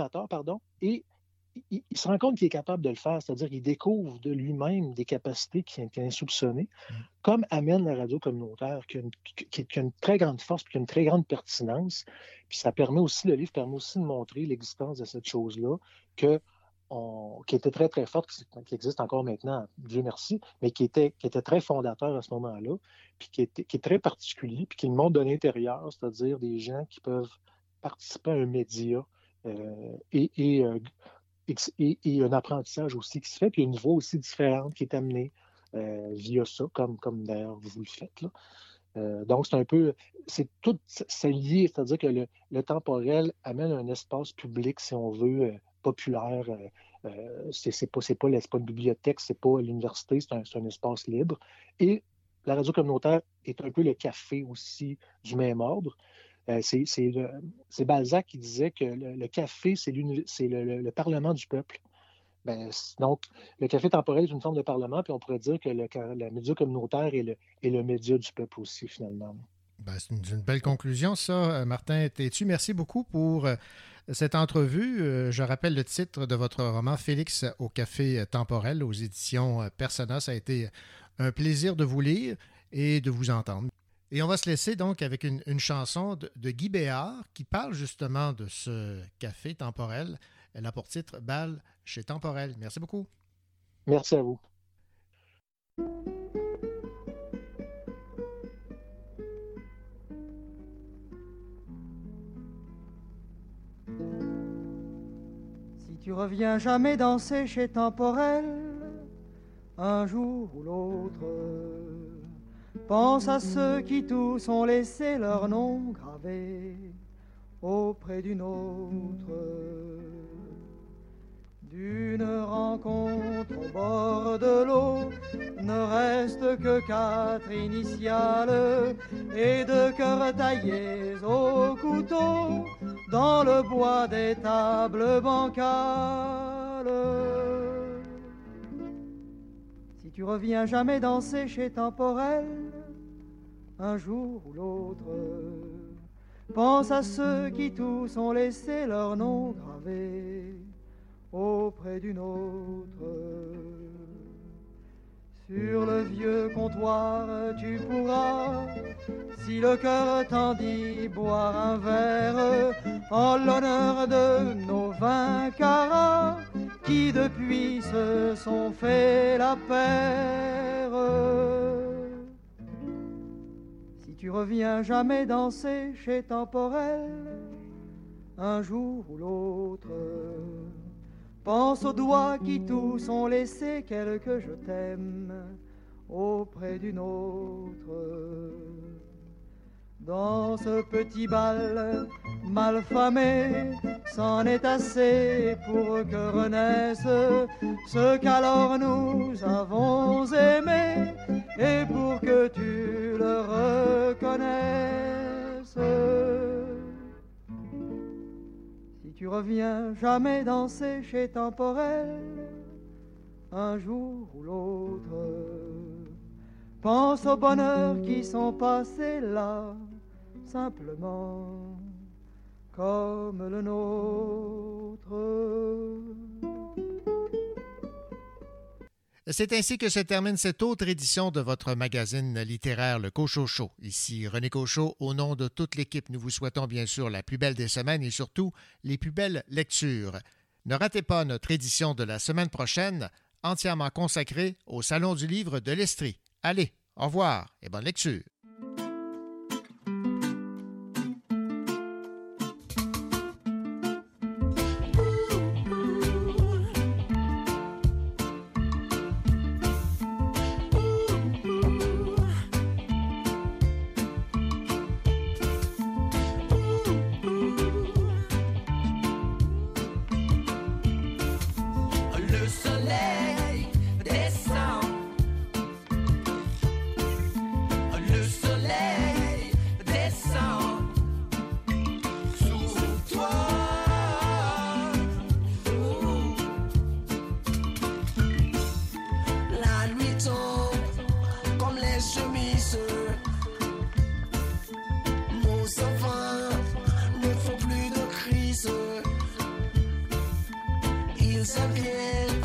il se rend compte qu'il est capable de le faire, c'est-à-dire qu'il découvre de lui-même des capacités qui étaient insoupçonnées, comme amène la radio communautaire, qui a une très grande force, puis qui a une très grande pertinence. Puis le livre permet aussi de montrer l'existence de cette chose-là, qui était très, très forte, qui existe encore maintenant, Dieu merci, mais qui était très fondateur à ce moment-là, puis qui est très particulier, puis qui est le monde de l'intérieur, c'est-à-dire des gens qui peuvent participer à un média et un apprentissage aussi qui se fait, puis une voix aussi différente qui est amenée via ça, comme d'ailleurs vous le faites. Là. Donc, c'est lié, c'est-à-dire que le temporel amène un espace public, si on veut, populaire. C'est pas une bibliothèque, c'est pas l'université, c'est un espace libre. Et la radio communautaire est un peu le café aussi du même ordre. C'est Balzac qui disait que le café, c'est le parlement du peuple. Donc, le café temporel est une forme de parlement, puis on pourrait dire que le média communautaire est le média du peuple aussi, finalement. C'est une belle conclusion, ça, Martin Tétu. Merci beaucoup pour cette entrevue. Je rappelle le titre de votre roman, Félix au Café Temporel, aux éditions Persona. Ça a été un plaisir de vous lire et de vous entendre. Et on va se laisser donc avec une chanson de Guy Béard qui parle justement de ce café temporel. Elle a pour titre « Bal chez Temporel ». Merci beaucoup. Merci à vous. Si tu reviens jamais danser chez Temporel, un jour ou l'autre, Pense à ceux qui tous ont laissé leur nom gravé auprès d'une autre. D'une rencontre au bord de l'eau ne reste que 4 initiales et 2 cœurs taillés au couteau dans le bois des tables bancales. Si tu reviens jamais danser chez Temporel, un jour ou l'autre, pense à ceux qui tous ont laissé leur nom gravé auprès d'une autre. Sur le vieux comptoir tu pourras, si le cœur t'en dit, boire un verre en l'honneur de nos 20 carats qui depuis se sont fait la paire. Si tu reviens jamais danser chez Temporel, un jour ou l'autre, pense aux doigts qui tous ont laissé quelque je t'aime auprès d'une autre. Dans ce petit bal malfamé, c'en est assez pour que renaisse ce qu'alors nous avons aimé et pour que tu le reconnaisses. Si tu reviens jamais danser chez Temporel, un jour ou l'autre, pense aux bonheurs qui sont passés là, simplement comme le nôtre. C'est ainsi que se termine cette autre édition de votre magazine littéraire Le Cochocho. Ici René Cochot, au nom de toute l'équipe, nous vous souhaitons bien sûr la plus belle des semaines et surtout les plus belles lectures. Ne ratez pas notre édition de la semaine prochaine, entièrement consacrée au Salon du livre de l'Estrie. Allez, au revoir et bonne lecture. Le soleil descend. Le soleil descend sous toi. La nuit tombe comme les chemises. Nos enfants ne font plus de crise. Ils s'en viennent